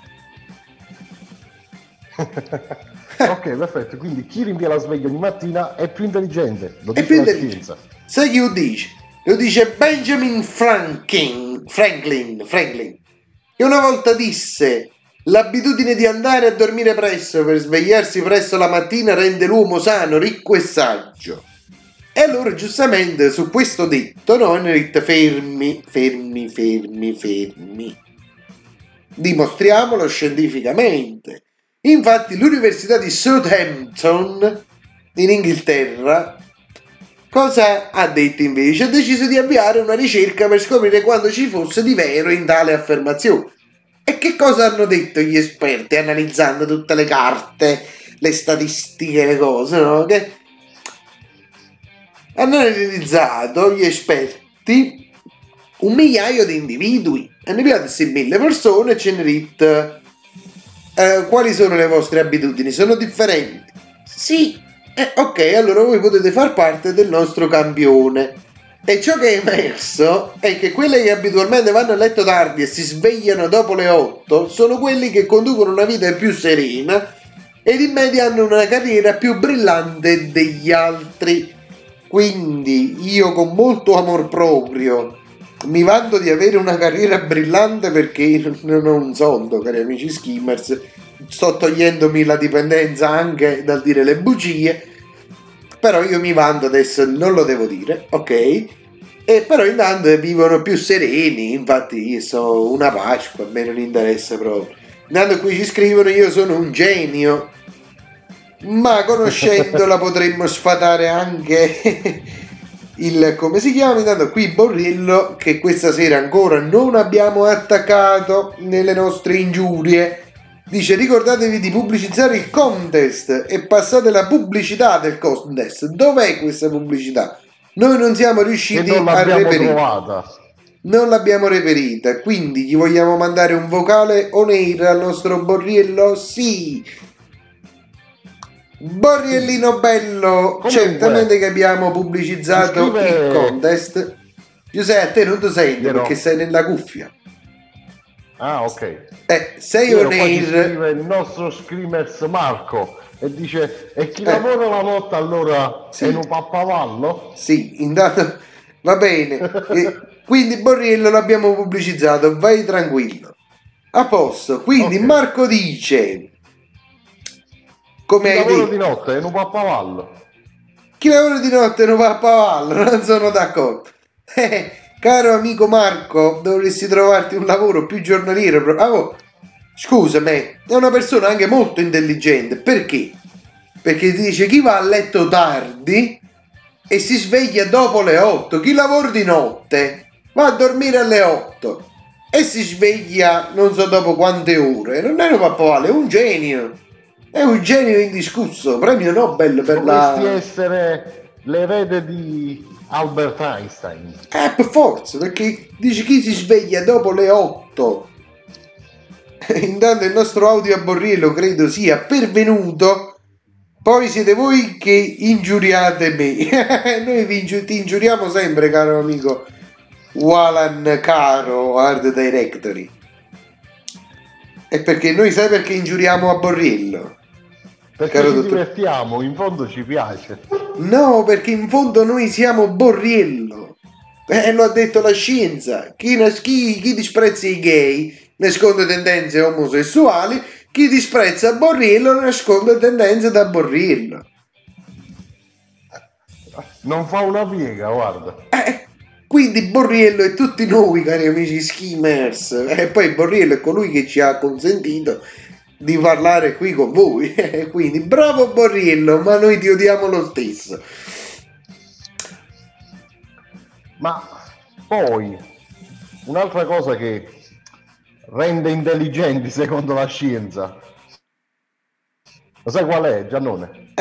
Ok, perfetto, quindi chi rinvia la sveglia ogni mattina è più intelligente, lo È dice più la intelligente. scienza. Sai chi lo dice? Lo dice Benjamin Franklin, che una volta disse: l'abitudine di andare a dormire presto per svegliarsi presto la mattina rende l'uomo sano, ricco e saggio. E allora giustamente su questo detto noi hanno detto fermi. Dimostriamolo scientificamente. Infatti l'Università di Southampton in Inghilterra cosa ha detto invece? Ha deciso di avviare una ricerca per scoprire quanto ci fosse di vero in tale affermazione. E che cosa hanno detto gli esperti analizzando tutte le carte, le statistiche, le cose, no? Che hanno analizzato gli esperti un migliaio di individui. Hanno pigliato 1000 persone e ce ne detto quali sono le vostre abitudini? Sono differenti? Sì. Ok, allora voi potete far parte del nostro campione. E ciò che è emerso è che quelli che abitualmente vanno a letto tardi e si svegliano dopo le 8 sono quelli che conducono una vita più serena ed in media hanno una carriera più brillante degli altri. Quindi io con molto amor proprio mi vanto di avere una carriera brillante perché non ho un soldo, cari amici skimmers. Sto togliendomi la dipendenza anche dal dire le bugie, però io mi vanto, adesso non lo devo dire, ok? E però intanto vivono più sereni, infatti io so una Pasqua, a me non interessa proprio. Intanto qui ci scrivono io sono un genio, ma conoscendola potremmo sfatare anche il come si chiama. Intanto qui Borrillo, che questa sera ancora non abbiamo attaccato nelle nostre ingiurie, dice ricordatevi di pubblicizzare il contest e passate la pubblicità del contest. Dov'è questa pubblicità? Noi non siamo riusciti a reperire. Non l'abbiamo reperita, quindi gli vogliamo mandare un vocale on air al nostro Borriello? Sì! Borriellino bello, comunque, certamente che abbiamo pubblicizzato il contest. Giuseppe, a te non ti senti perché sei nella cuffia. Ah, ok. Sei on air. Scrive il nostro Screamers Marco e dice: e chi lavora la notte allora sì. È un pappavallo? Sì, intanto va bene. Quindi Borriello l'abbiamo pubblicizzato, vai tranquillo. A posto. Quindi okay. Marco dice: come chi hai lavora detto, di notte è un pappavallo. Chi lavora di notte è un pappavallo, non sono d'accordo. Caro amico Marco, dovresti trovarti un lavoro più giornaliero. Scusami, è una persona anche molto intelligente. Perché? Perché ti dice chi va a letto tardi e si sveglia dopo le 8. Chi lavora di notte va a dormire alle 8 e si sveglia non so dopo quante ore. Non è un pappavallo, è un genio. È un genio indiscusso, premio Nobel per dovresti essere l'erede di Albert Einstein. Per forza, perché dice chi si sveglia dopo le 8. Intanto il nostro audio a Borriello credo sia pervenuto. Poi siete voi che ingiuriate me. Noi ti ingiuriamo sempre, caro amico Walan caro Art Directory. E perché noi sai perché ingiuriamo a Borriello? Perché caro ci dottor. divertiamo, in fondo ci piace. No, perché in fondo noi siamo Borriello. Lo ha detto la scienza. Chi disprezza i gay nasconde tendenze omosessuali, chi disprezza Borriello nasconde tendenze da Borriello. Non fa una piega, guarda. Quindi Borriello e tutti noi, cari amici skimmers, e poi Borriello è colui che ci ha consentito di parlare qui con voi. Quindi bravo Borriello, ma noi ti odiamo lo stesso. Ma poi, un'altra cosa che rende intelligenti secondo la scienza, lo sai qual è, Giannone?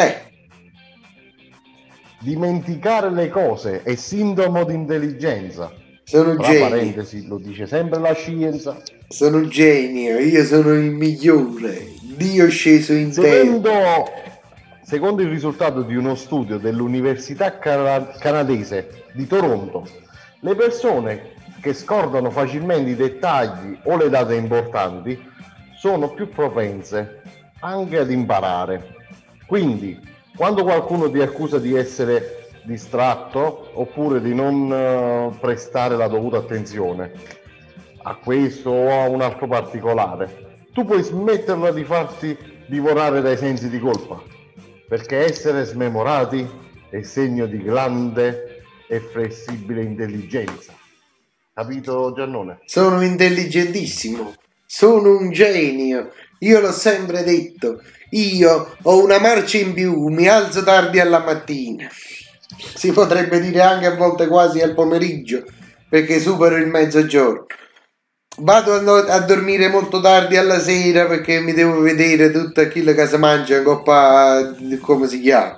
Dimenticare le cose è sintomo di intelligenza. Sono Tra genio. parentesi, lo dice sempre la scienza. Sono un genio, io sono il migliore. Dio è sceso in terra. Secondo il risultato di uno studio dell'Università canadese di Toronto, le persone che scordano facilmente i dettagli o le date importanti sono più propense anche ad imparare. Quindi, quando qualcuno ti accusa di essere distratto oppure di non prestare la dovuta attenzione a questo o a un altro particolare, tu puoi smetterla di farti divorare dai sensi di colpa, perché essere smemorati è segno di grande e flessibile intelligenza. Capito, Giannone? Sono intelligentissimo, sono un genio, io l'ho sempre detto, io ho una marcia in più, mi alzo tardi alla mattina, si potrebbe dire anche a volte quasi al pomeriggio, perché supero il mezzogiorno. Vado a dormire molto tardi alla sera perché mi devo vedere tutto quello che si mangia in coppa, come si chiama.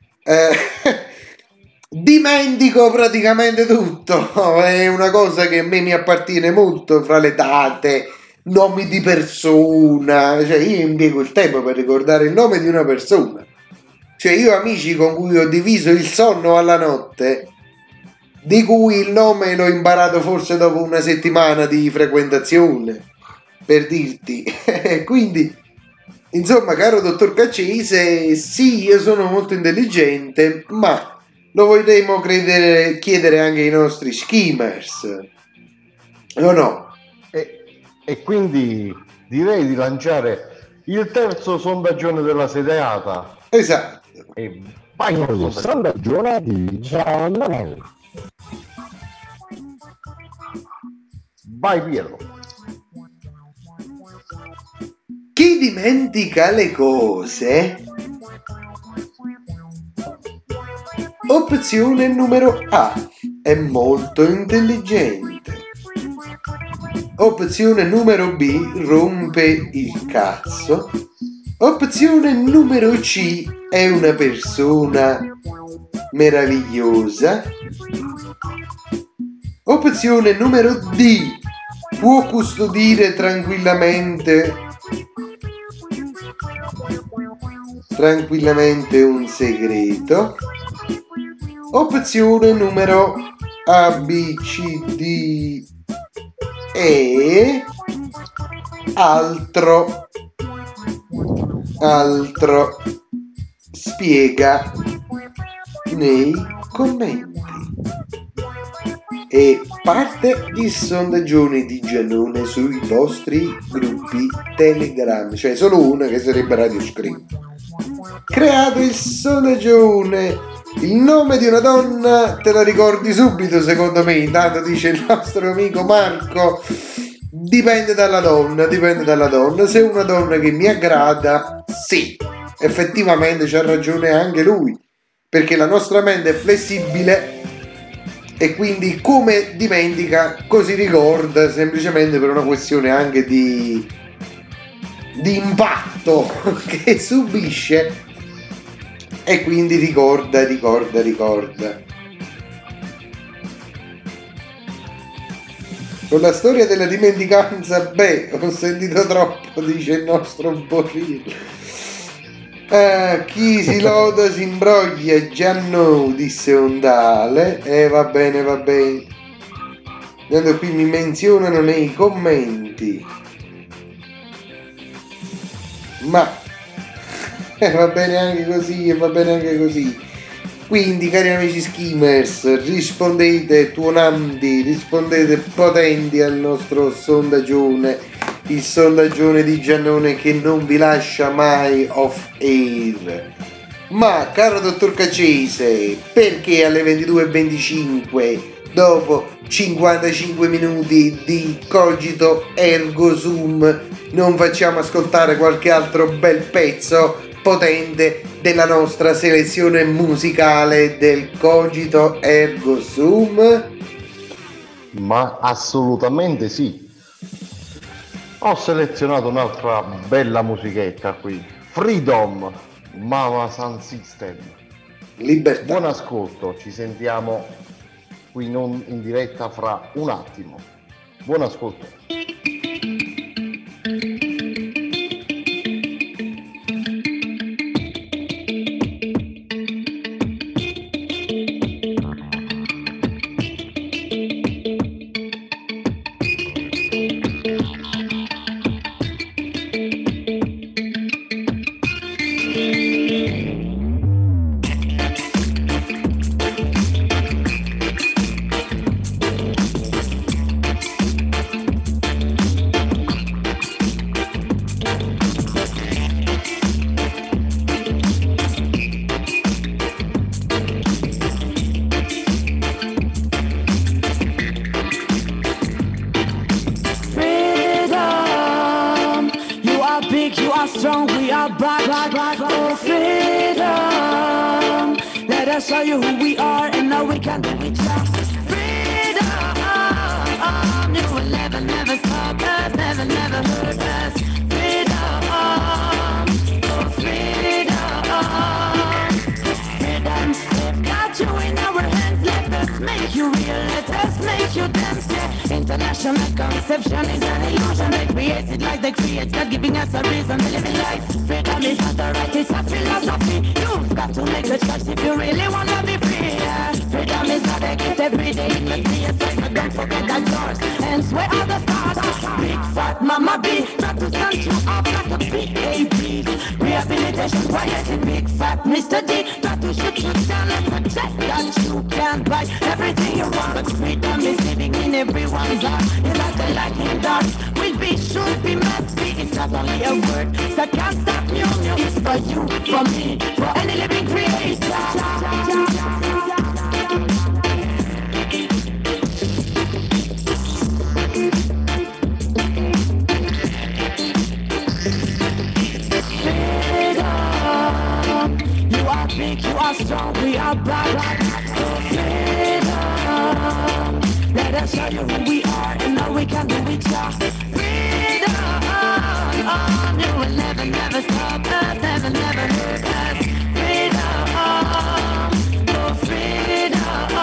Dimentico praticamente tutto, è una cosa che a me mi appartiene molto, fra le date, nomi di persona, cioè io impiego il tempo per ricordare il nome di una persona, cioè io ho amici con cui ho diviso il sonno alla notte, di cui il nome l'ho imparato forse dopo una settimana di frequentazione, per dirti. Quindi, insomma, caro dottor Caccese, sì, io sono molto intelligente, ma lo vorremmo chiedere anche ai nostri skimmers, o no? E quindi direi di lanciare il terzo sondaggione della sediata. Esatto. E vai con il sondaggione di Giannone. Vai Piero. Chi dimentica le cose? Opzione numero A. È molto intelligente. Opzione numero B. Rompe il cazzo. Opzione numero C. È una persona meravigliosa. Opzione numero D. Può custodire tranquillamente un segreto. Opzione numero A, B, C, D, E. Altro. Spiega nei commenti. E parte il sondaggione di Giannone sui vostri gruppi Telegram, cioè solo una che sarebbe Radio Scream. Creato il sondaggione, il nome di una donna te la ricordi subito, secondo me. Intanto dice il nostro amico Marco, dipende dalla donna. Se è una donna che mi aggrada, sì, effettivamente c'ha ragione anche lui, perché la nostra mente è flessibile e quindi come dimentica così ricorda, semplicemente per una questione anche di impatto che subisce, e quindi ricorda. Con la storia della dimenticanza, ho sentito troppo, dice il nostro Borrillo. Chi si loda si imbroglia, già no, disse un tale. Va bene. Tanto qui mi menzionano nei commenti. Ma Va bene anche così, va bene anche così. Quindi, cari amici skimmers, rispondete tuonanti, rispondete potenti al nostro sondaggione, il sondaggione di Giannone che non vi lascia mai off air. Ma, caro dottor Caccese, perché alle 22:25, dopo 55 minuti di cogito ergo sum, non facciamo ascoltare qualche altro bel pezzo potente della nostra selezione musicale del cogito ergo sum? Ma assolutamente sì. Ho selezionato un'altra bella musichetta qui. Freedom, Mama Sound System. Libertà. Buon ascolto, ci sentiamo qui in diretta fra un attimo. Buon ascolto. International conception is an illusion. They create it like they create, God giving us a reason to live in life. Freedom is not a right, it's a philosophy. You've got to make a choice if you really wanna be free. Yeah. Freedom is not a gift every day, it must be a segment, don't forget that yours. And swear all the stars, big fat mama B, not to stand you off like a PAP. Rehabilitation, quiet and big fat Mr. D, not to shoot you down and suggest that you can buy everything you want. But freedom is living in everyone's heart. It's like the lightning dark. Will be, should be, must be. It's not only a word, so can't stop you. It's for you, for me, for any living creator. You are strong, we are back. Freedom, let us show you who we are, and now we can do it, yeah. Freedom, you will never, never stop us, never, never hurt us. Freedom, oh freedom.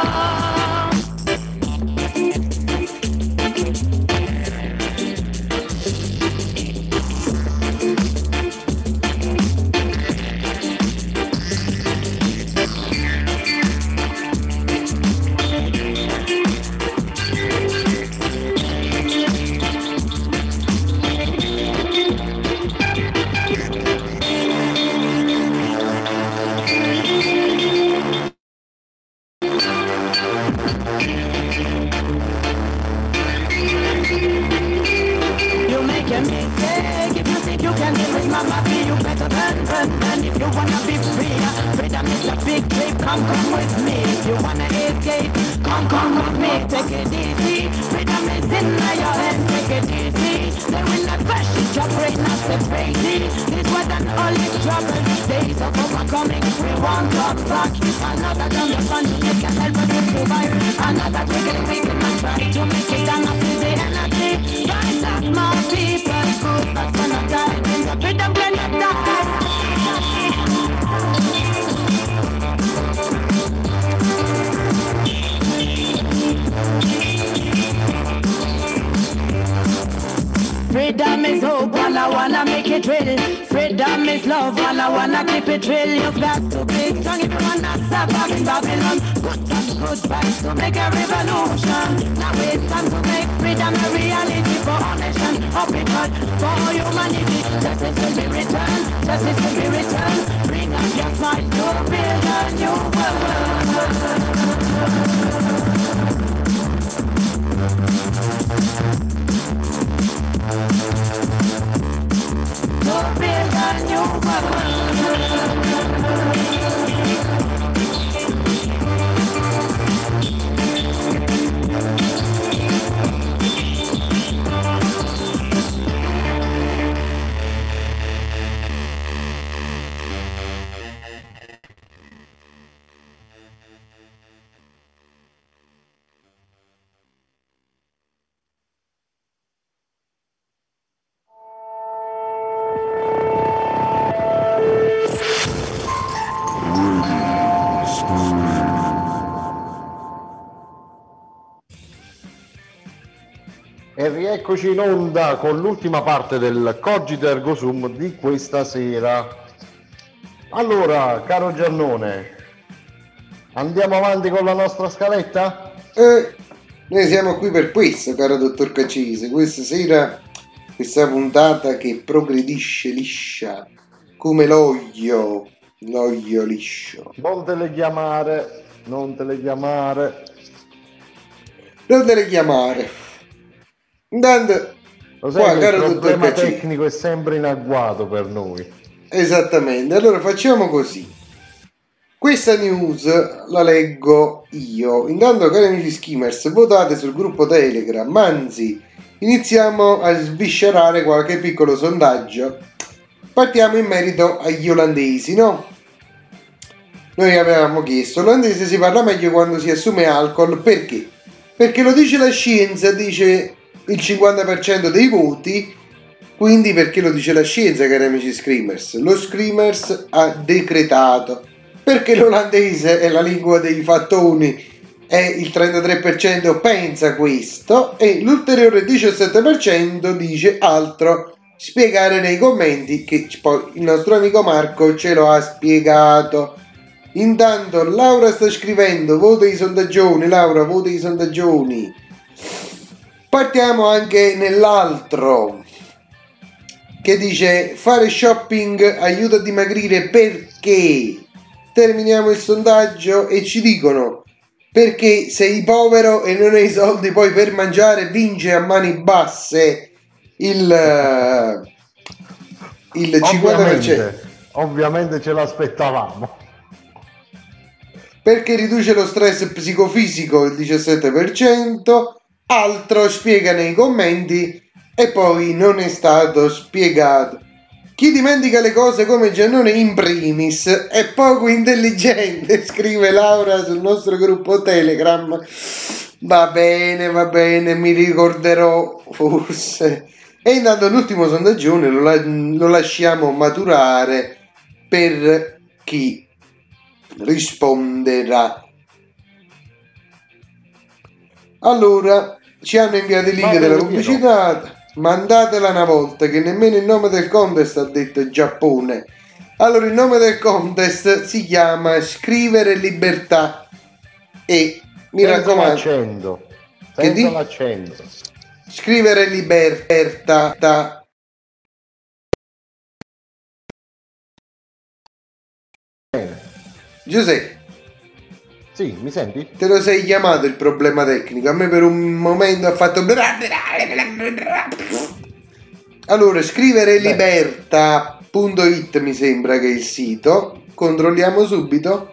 Come with me, if you wanna escape, come with me, take it easy. Freedom is in your hand, take it easy. They will not crush it, your brain not so crazy. This was an only trouble, days of overcoming, we won't come back. Another down the front, you can help us to survive. Another triggering we can try to make it down up to the energy. Rise up, my people, good, but when I die, in the freedom when you die. Freedom is hope, all I wanna make it real. Freedom is love, all I wanna keep it real. You've got to be strong if you wanna survive in Babylon. Good touch, good vibes to make a revolution. Now it's time to make freedom a reality for our nation. Up in God, for humanity, justice will be returned. just is spiritual. Bring up your smile to build a new world. To build a new world. E rieccoci in onda con l'ultima parte del Cogito Ergo Sum di questa sera. Allora, caro Giannone, andiamo avanti con la nostra scaletta? Noi siamo qui per questo, caro dottor Caccese. Questa sera, questa puntata che progredisce liscia come l'olio liscio. Non te le chiamare. Non te le chiamare. Intanto, Lo sai qua, che caro il dottor problema Caccese, tecnico è sempre in agguato per noi. esattamente. Allora facciamo così. Questa news la leggo io. Intanto, cari amici skimmers, votate sul gruppo Telegram, anzi iniziamo a sviscerare qualche piccolo sondaggio. Partiamo in merito agli olandesi, no? Noi avevamo chiesto, olandese si parla meglio quando si assume alcol, perché? Perché lo dice la scienza, dice il 50% dei voti. Quindi perché lo dice la scienza, cari amici Screamers? Lo Screamers ha decretato, perché l'olandese è la lingua dei fattoni e il 33% pensa questo e l'ulteriore 17% dice altro. Spiegare nei commenti, che poi il nostro amico Marco ce lo ha spiegato. Intanto Laura sta scrivendo vota i sondaggioni. Laura, vota i sondaggioni. Partiamo anche nell'altro che dice fare shopping aiuta a dimagrire, perché? Terminiamo il sondaggio e ci dicono perché sei povero e non hai soldi poi per mangiare, vince a mani basse il 50%. Ovviamente ce l'aspettavamo. Perché riduce lo stress psicofisico il 17%, altro spiega nei commenti e poi non è stato spiegato. Chi dimentica le cose come Giannone in primis è poco intelligente, scrive Laura sul nostro gruppo Telegram. Va bene, mi ricorderò forse. E intanto l'ultimo sondaggione lo lasciamo maturare per chi risponderà. Allora, ci hanno inviato il link della pubblicità, mandatela una volta, che nemmeno il nome del contest ha detto Giappone. Allora, il nome del contest si chiama Scrivere Libertà e mi raccomando, l'accento, senza l'accento. Scrivere Libertà. Giuseppe, sì, mi senti? te lo sei chiamato il problema tecnico? A me per un momento ha fatto allora, scrivere libertà.it mi sembra che è il sito. Controlliamo subito,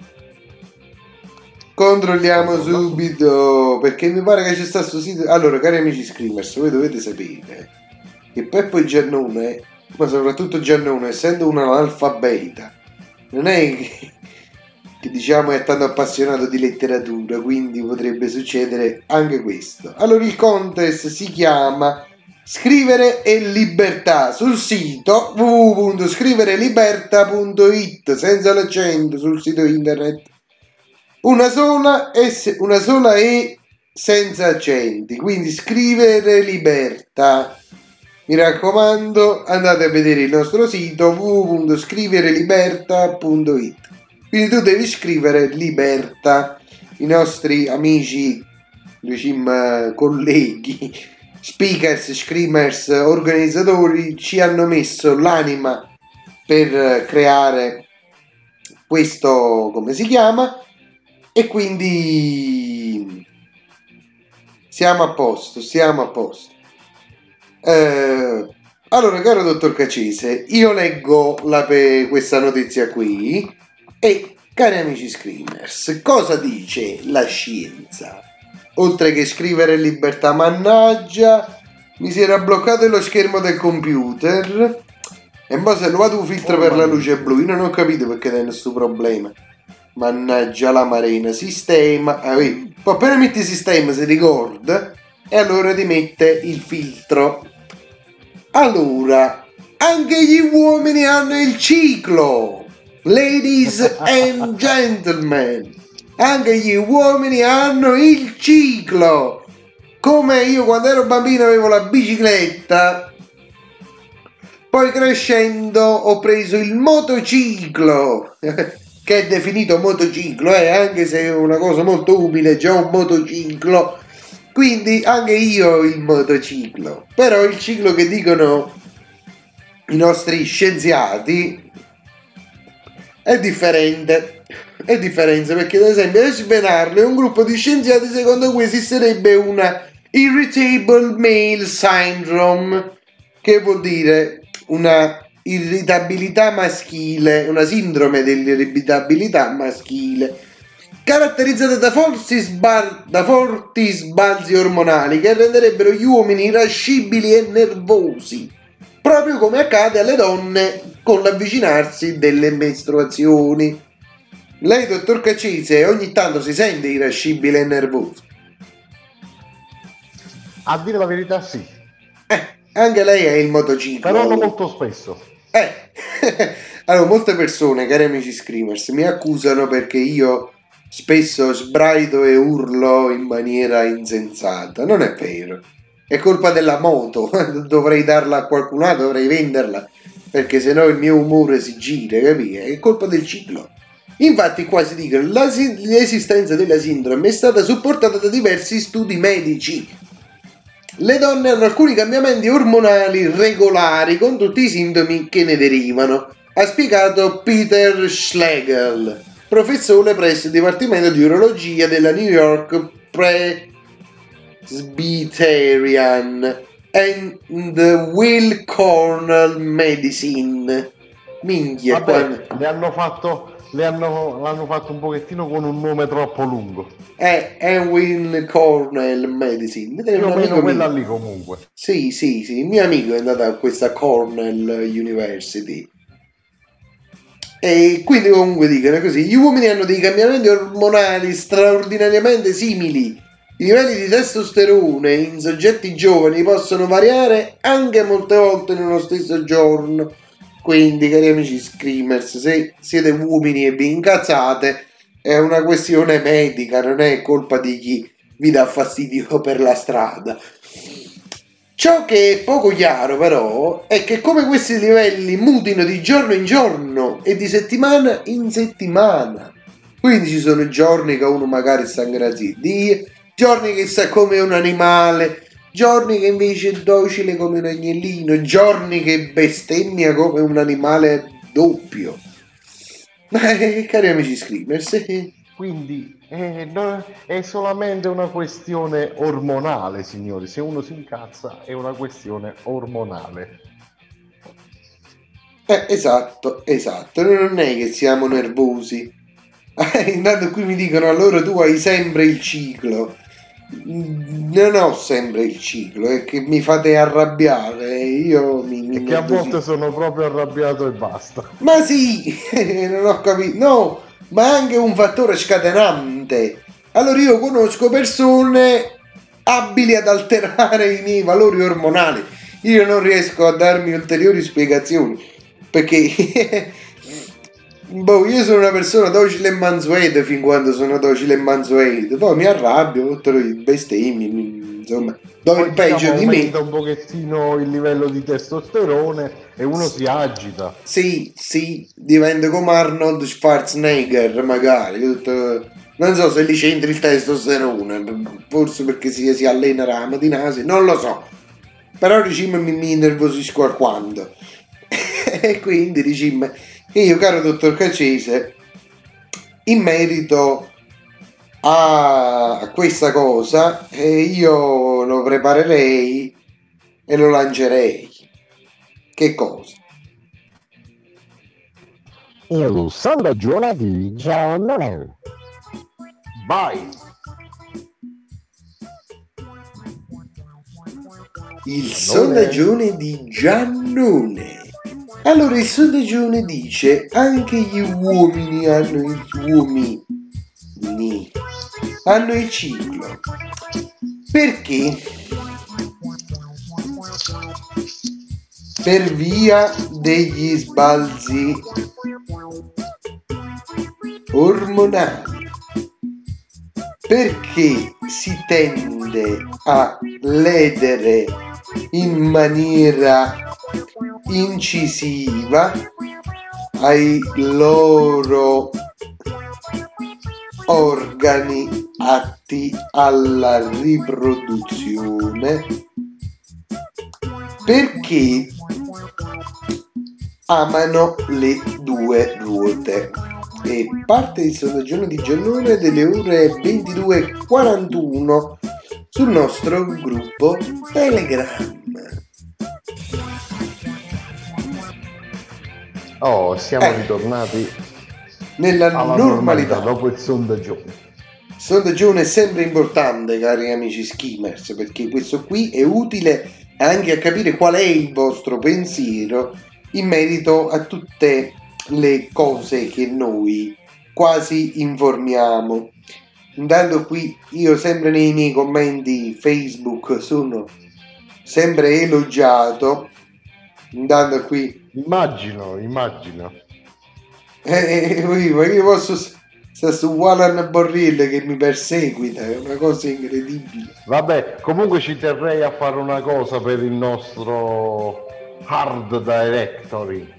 perché mi pare che c'è stato sto sito. Allora, cari amici Screamers, voi dovete sapere che Peppo e Giannone, ma soprattutto Giannone, essendo un analfabeta, non è che diciamo è tanto appassionato di letteratura, quindi potrebbe succedere anche questo. Allora, il contest si chiama Scrivere e Libertà sul sito www.scriverelibertà.it, senza l'accento, sul sito internet. Una sola e senza accenti, quindi Scrivere Libertà. Mi raccomando, andate a vedere il nostro sito www.scriverelibertà.it. Quindi tu devi scrivere Libertà. I nostri amici, diciamo, colleghi, speakers, screamers, organizzatori ci hanno messo l'anima per creare questo, come si chiama, e quindi siamo a posto. Allora, caro dottor Cacese, io leggo questa notizia qui e, cari amici screamers, cosa dice la scienza? Oltre che scrivere libertà, mannaggia, mi si era bloccato lo schermo del computer e poi si è trovato un filtro per la luce blu. Io non ho capito perché c'è questo problema. Mannaggia la marina, sistema. Poi appena metti sistema si ricorda e allora ti mette il filtro. Allora, anche gli uomini hanno il ciclo, ladies and gentlemen, anche gli uomini hanno il ciclo. Come io quando ero bambino avevo la bicicletta, poi crescendo ho preso il motociclo, che è definito motociclo, anche se è una cosa molto umile, già un motociclo. Quindi anche io ho il motociclo, però il ciclo che dicono i nostri scienziati è differente, perché ad esempio a svenarlo è un gruppo di scienziati secondo cui esisterebbe una irritable male syndrome, che vuol dire una irritabilità maschile, una sindrome dell'irritabilità maschile, caratterizzata da forti sbalzi ormonali che renderebbero gli uomini irascibili e nervosi, proprio come accade alle donne con l'avvicinarsi delle mestruazioni. Lei, dottor Cacese, ogni tanto si sente irascibile e nervoso? A dire la verità sì, Anche lei è il motociclo. però non molto spesso. Allora, molte persone, cari amici screamers, mi accusano perché io spesso sbraito e urlo in maniera insensata. Non è vero, è colpa della moto. Dovrei darla a qualcun altro, dovrei venderla, perché sennò il mio umore si gira, capì? È colpa del ciclo. Infatti qua si dice che l'esistenza della sindrome è stata supportata da diversi studi medici. Le donne hanno alcuni cambiamenti ormonali regolari con tutti i sintomi che ne derivano, ha spiegato Peter Schlegel, professore presso il Dipartimento di Urologia della New York Presbyterian and Will Cornell Medicine. Minchia, Vabbè, l'hanno fatto un pochettino con un nome troppo lungo. Will Cornell Medicine. Più o meno quella lì comunque. Sì, il mio amico è andato a questa Cornell University. E quindi comunque dicono così: gli uomini hanno dei cambiamenti ormonali straordinariamente simili. I livelli di testosterone in soggetti giovani possono variare anche molte volte nello stesso giorno. Quindi, cari amici screamers, se siete uomini e vi incazzate, è una questione medica, non è colpa di chi vi dà fastidio per la strada. Ciò che è poco chiaro però è che come questi livelli mutino di giorno in giorno e di settimana in settimana. Quindi ci sono giorni che uno magari sta grazie a Dio, giorni che sta come un animale, giorni che invece è docile come un agnellino, giorni che bestemmia come un animale doppio. Cari amici screamers, quindi è solamente una questione ormonale, signori. Se uno si incazza è una questione ormonale. Esatto, non è che siamo nervosi. Intanto qui mi dicono: allora tu hai sempre il ciclo. Non ho sempre il ciclo, è che mi fate arrabbiare. Io mi che a volte sono proprio arrabbiato e basta. Ma sì, non ho capito. No, ma anche un fattore scatenante. Allora io conosco persone abili ad alterare i miei valori ormonali. Io non riesco a darmi ulteriori spiegazioni, perché io sono una persona docile e mansueta fin quando sono docile e mansueta, poi mi arrabbio, tutto i bestemmi, insomma, do il peggio di me. Aumenta un pochettino il livello di testosterone e uno si agita. Sì, diventa come Arnold Schwarzenegger magari, tutto. Non so se lì c'entri il testosterone, forse perché si allena la mattina, non lo so, però diciamo mi innervosisco alquanto. E quindi dicimmo, io caro dottor Caccese, in merito a questa cosa, io lo preparerei e lo lancerei. Che cosa? Il sondaggio di Giannone. Vai! Il sondaggione di Giannone. Allora il sondaggione dice anche gli uomini hanno il ciclo. Perché? Per via degli sbalzi ormonali. Perché si tende a ledere in maniera incisiva ai loro organi atti alla riproduzione, perché amano le due ruote. E parte il sondaggione di Giannone delle ore 22:41 sul nostro gruppo Telegram. Oh, siamo ritornati Nella alla normalità. dopo il sondaggione. Sondaggione è sempre importante, cari amici skimmers, perché questo qui è utile anche a capire qual è il vostro pensiero in merito a tutte le cose che noi quasi informiamo. Intanto qui io sempre nei miei commenti Facebook sono sempre elogiato. Intanto qui Immagino. ma io posso stare su Walan Borrell che mi perseguita, è una cosa incredibile. Vabbè, comunque ci terrei a fare una cosa per il nostro hard directory.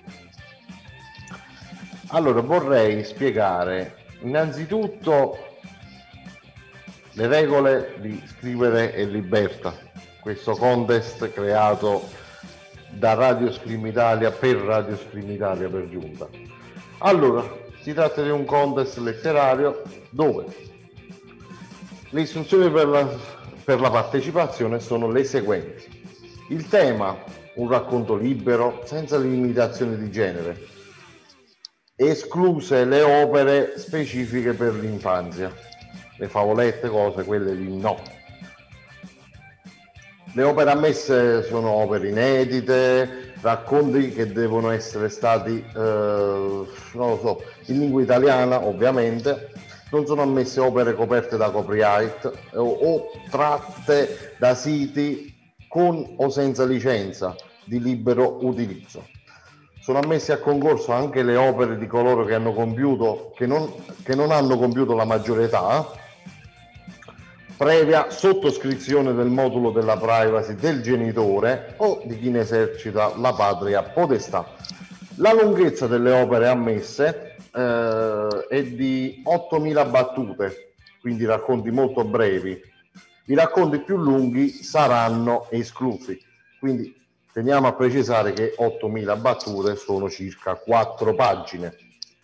Allora, vorrei spiegare innanzitutto le regole di Scrivere e Libertà, questo contest creato da Radio Scream Italia per Radio Scream Italia per giunta. Allora, si tratta di un contest letterario dove le istruzioni per la partecipazione sono le seguenti. Il tema, un racconto libero, senza limitazioni di genere, escluse le opere specifiche per l'infanzia, le favolette, cose, quelle lì no. Le opere ammesse sono opere inedite, racconti che devono essere stati, non lo so, in lingua italiana ovviamente. Non sono ammesse opere coperte da copyright o tratte da siti con o senza licenza di libero utilizzo. Sono ammessi a concorso anche le opere di coloro che hanno compiuto, che non hanno compiuto la maggiore età, previa sottoscrizione del modulo della privacy del genitore o di chi ne esercita la patria potestà. La lunghezza delle opere ammesse è di 8.000 battute, quindi racconti molto brevi. I racconti più lunghi saranno esclusi, quindi teniamo a precisare che 8.000 battute sono circa 4 pagine.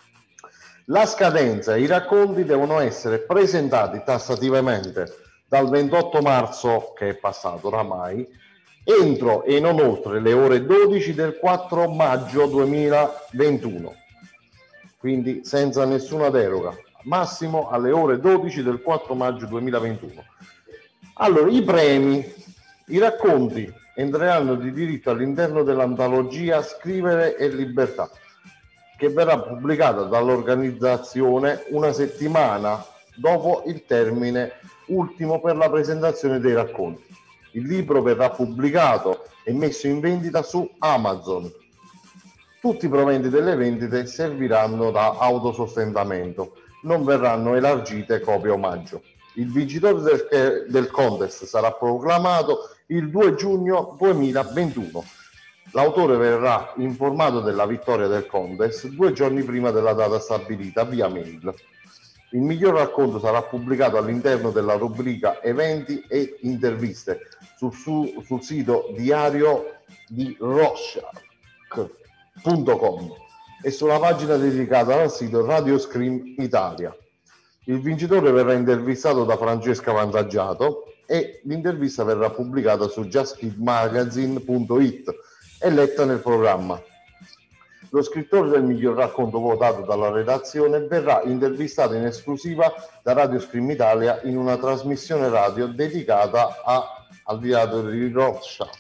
La scadenza e i racconti devono essere presentati tassativamente dal 28 marzo, che è passato oramai, entro e non oltre le ore 12 del 4 maggio 2021, quindi senza nessuna deroga, massimo alle ore 12 del 4 maggio 2021. Allora, i premi, i racconti entreranno di diritto all'interno dell'antologia Scrivere e Libertà, che verrà pubblicata dall'organizzazione una settimana dopo il termine ultimo per la presentazione dei racconti. Il libro verrà pubblicato e messo in vendita su Amazon. Tutti i proventi delle vendite serviranno da autosostentamento, non verranno elargite copie omaggio. Il vincitore del contest sarà proclamato il 2 giugno 2021. L'autore verrà informato della vittoria del contest 2 giorni prima della data stabilita via mail. Il miglior racconto sarà pubblicato all'interno della rubrica Eventi e Interviste sul sito Diario di Rorschach. radioscream.com e sulla pagina dedicata al sito Radio Scream Italia. Il vincitore verrà intervistato da Francesca Vantaggiato e l'intervista verrà pubblicata su justkidmagazine.it e letta nel programma. Lo scrittore del miglior racconto votato dalla redazione verrà intervistato in esclusiva da Radio Scream Italia in una trasmissione radio dedicata al diario di Rorschach.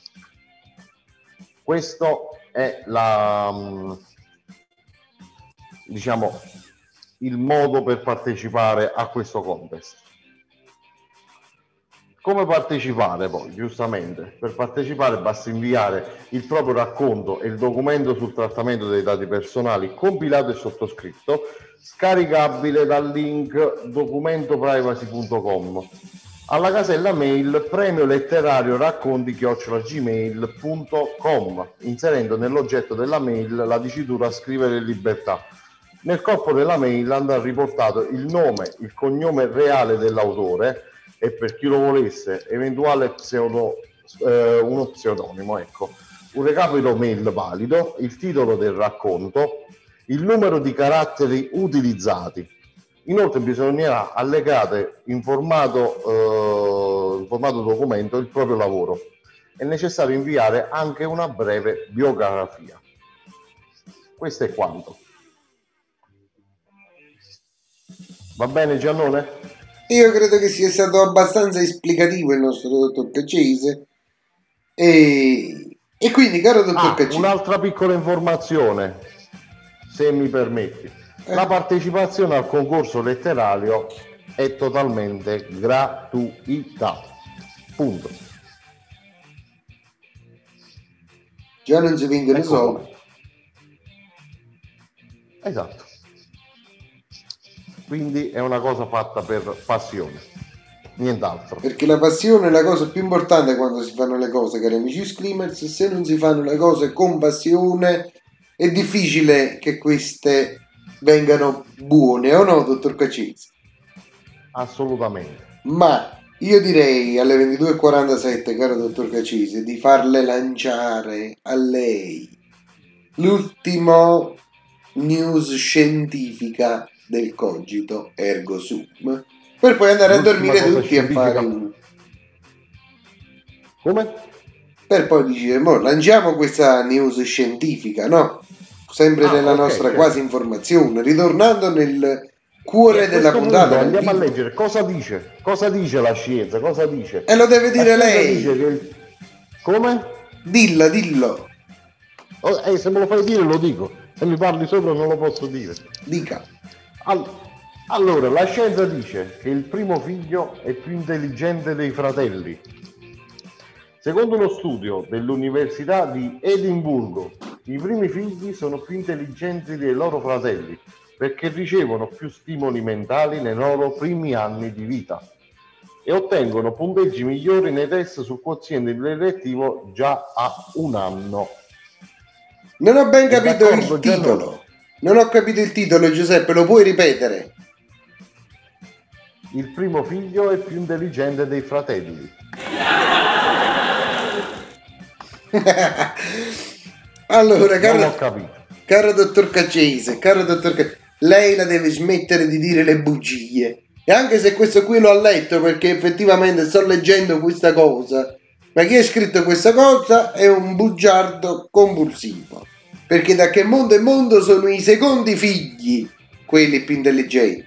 Questo è il modo per partecipare a questo contest. Come partecipare poi? Giustamente, per partecipare basta inviare il proprio racconto e il documento sul trattamento dei dati personali compilato e sottoscritto, scaricabile dal link documentoprivacy.com alla casella mail premio letterario racconti@gmail.com, inserendo nell'oggetto della mail la dicitura scrivere libertà. Nel corpo della mail andrà riportato il nome, il cognome reale dell'autore e, per chi lo volesse, eventuale uno pseudonimo, ecco, un recapito mail valido, il titolo del racconto, il numero di caratteri utilizzati. Inoltre bisognerà allegare in formato documento il proprio lavoro. È necessario inviare anche una breve biografia. Questo è quanto. Va bene, Giannone? Io credo che sia stato abbastanza esplicativo il nostro dottor Caccese e quindi, caro dottor Caccese, un'altra piccola informazione, se mi permetti. La partecipazione al concorso letterario è totalmente gratuita. Punto. Già non si vengono soldi. Esatto. Quindi è una cosa fatta per passione, nient'altro. Perché la passione è la cosa più importante quando si fanno le cose, cari amici Screamers. Se non si fanno le cose con passione è difficile che queste vengano buone, o no, dottor Caccese? Assolutamente. Ma io direi alle 22:47, caro dottor Caccese, di farle lanciare a lei l'ultimo news scientifica del cogito ergo sum, per poi andare a dormire tutti e fare un... Come? Per poi dire, lanciamo questa news scientifica, no? Sempre nella nostra quasi informazione, ritornando nel cuore della puntata. Andiamo a leggere cosa dice la scienza, cosa dice. E lo deve dire lei. Dice che come? Dillo. Se me lo fai dire lo dico, se mi parli sopra non lo posso dire. Dica. Allora, la scienza dice che il primo figlio è più intelligente dei fratelli. Secondo uno studio dell'Università di Edimburgo, i primi figli sono più intelligenti dei loro fratelli perché ricevono più stimoli mentali nei loro primi anni di vita e ottengono punteggi migliori nei test sul quoziente intellettivo già a 1 anno. Non ho ben capito il titolo. Non ho capito il titolo, Giuseppe, lo puoi ripetere? Il primo figlio è più intelligente dei fratelli. Allora, non ho capito. Caro dottor Caccese, lei la deve smettere di dire le bugie. E anche se questo qui l'ho letto, perché effettivamente sto leggendo questa cosa, ma chi ha scritto questa cosa è un bugiardo compulsivo. Perché da che mondo è mondo sono i secondi figli quelli più intelligenti.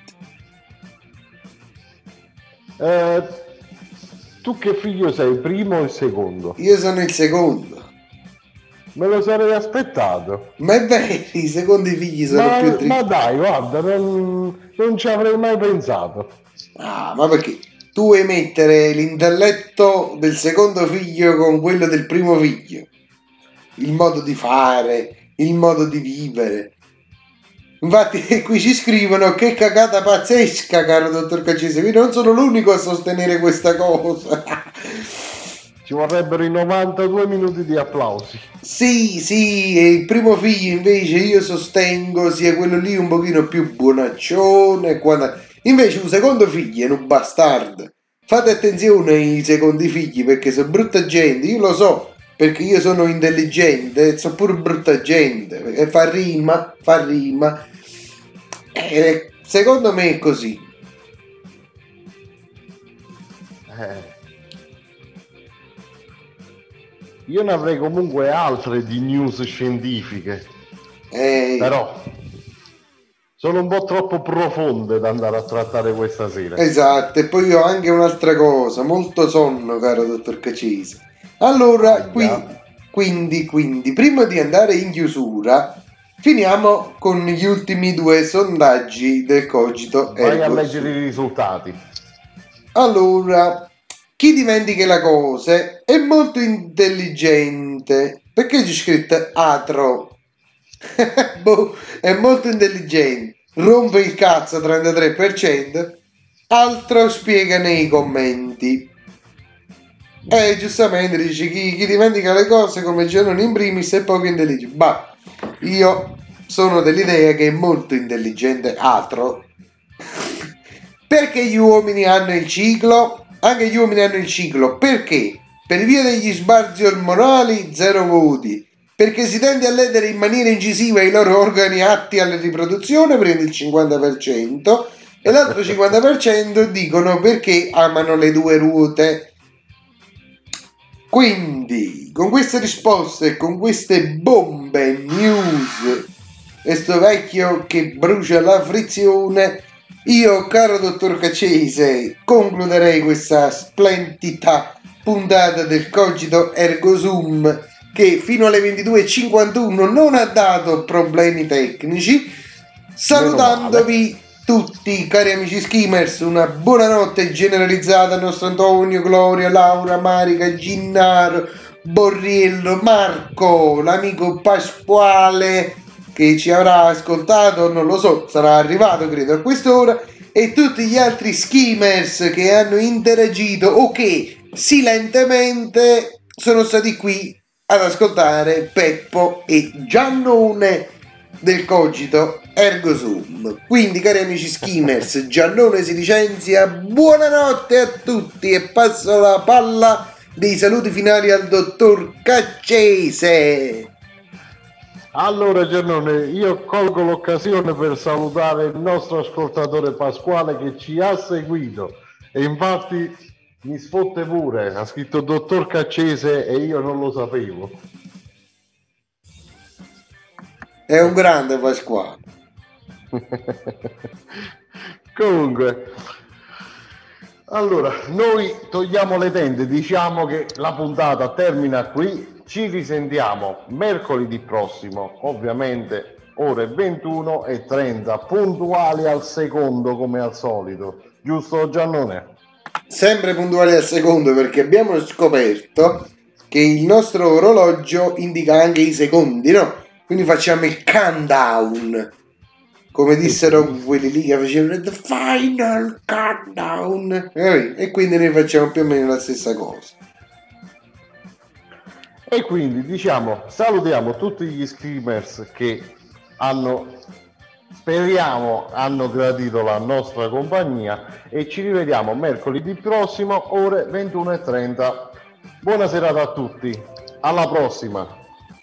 Tu che figlio sei, il primo o il secondo? Io sono il secondo. Me lo sarei aspettato. Ma è vero, i secondi figli sono più intelligenti. Ma dai, guarda, non ci avrei mai pensato. Ma perché? Tu vuoi mettere l'intelletto del secondo figlio con quello del primo figlio? Il modo di fare, il modo di vivere. Infatti qui ci scrivono: che cagata pazzesca, caro dottor Caccese. Quindi non sono l'unico a sostenere questa cosa. Ci vorrebbero i 92 minuti di applausi. Sì, e il primo figlio invece io sostengo sia quello lì un pochino più buonaccione. Invece un secondo figlio è un bastardo. Fate attenzione ai secondi figli perché sono brutta gente, io lo so. perché io sono intelligente, sono pure brutta gente, perché fa rima. Secondo me è così. Io ne avrei comunque altre di news scientifiche, però sono un po' troppo profonde da andare a trattare questa sera. Esatto, e poi ho anche un'altra cosa, molto sonno, caro dottor Cacese. Allora, quindi, prima di andare in chiusura, finiamo con gli ultimi 2 sondaggi del Cogito Vai Ergo a leggere Sum. i risultati. Allora, chi dimentica le cose è molto intelligente. Perché c'è scritto atro? Boh, è molto intelligente. Rompe il cazzo 33%. Altro spiega nei commenti. Giustamente dice chi dimentica le cose come Giannone in primis è poco intelligente. Ma io sono dell'idea che è molto intelligente atro. Perché gli uomini hanno il ciclo? Anche gli uomini hanno il ciclo. Perché? Per via degli sbalzi ormonali 0 voti. Perché si tende a ledere in maniera incisiva i loro organi atti alla riproduzione, prende il 50%, e l'altro 50% dicono perché amano le 2 ruote. Quindi, con queste risposte e con queste bombe news e sto vecchio che brucia la frizione, io, caro dottor Cacese, concluderei questa splendida puntata del Cogito Ergo Sum, che fino alle 22:51 non ha dato problemi tecnici, salutandovi tutti, cari amici skimmers. Una buonanotte generalizzata al nostro Antonio, Gloria, Laura, Marica, Ginnaro, Borriello, Marco, l'amico Pasquale che ci avrà ascoltato, non lo so, sarà arrivato credo a quest'ora, e tutti gli altri skimmers che hanno interagito o che silentemente sono stati qui ad ascoltare Peppo e Giannone del Cogito Ergo Sum. Quindi, cari amici skimmers, Giannone si licenzia. Buonanotte a tutti e passo la palla dei saluti finali al dottor Cacese. Allora Giannone, io colgo l'occasione per salutare il nostro ascoltatore Pasquale che ci ha seguito e infatti mi sfotte pure, ha scritto dottor Caccese e io non lo sapevo. È un grande Pasquale. Comunque, allora, noi togliamo le tende, diciamo che la puntata termina qui, ci risentiamo mercoledì prossimo, ovviamente ore 21:30, puntuali al secondo come al solito, giusto Giannone? Sempre puntuali al secondo, perché abbiamo scoperto che il nostro orologio indica anche i secondi, no? Quindi facciamo il countdown, come dissero quelli lì che facevano the final countdown, e quindi noi facciamo più o meno la stessa cosa. E quindi diciamo, salutiamo tutti gli streamers che speriamo hanno gradito la nostra compagnia e ci rivediamo mercoledì prossimo ore 21:30. Buona serata a tutti, alla prossima.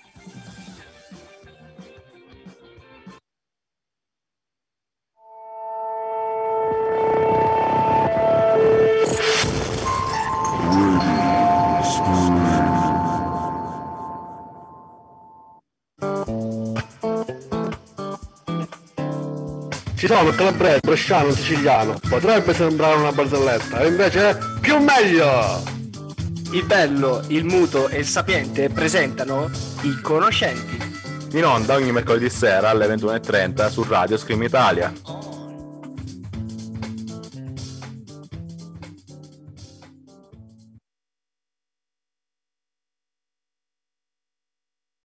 Ci sono calabrese, bresciano, siciliano. Potrebbe sembrare una barzelletta, e invece è più meglio! Il bello, il muto e il sapiente presentano I Conoscenti. In onda ogni mercoledì sera alle 21:30 su Radio Scream Italia.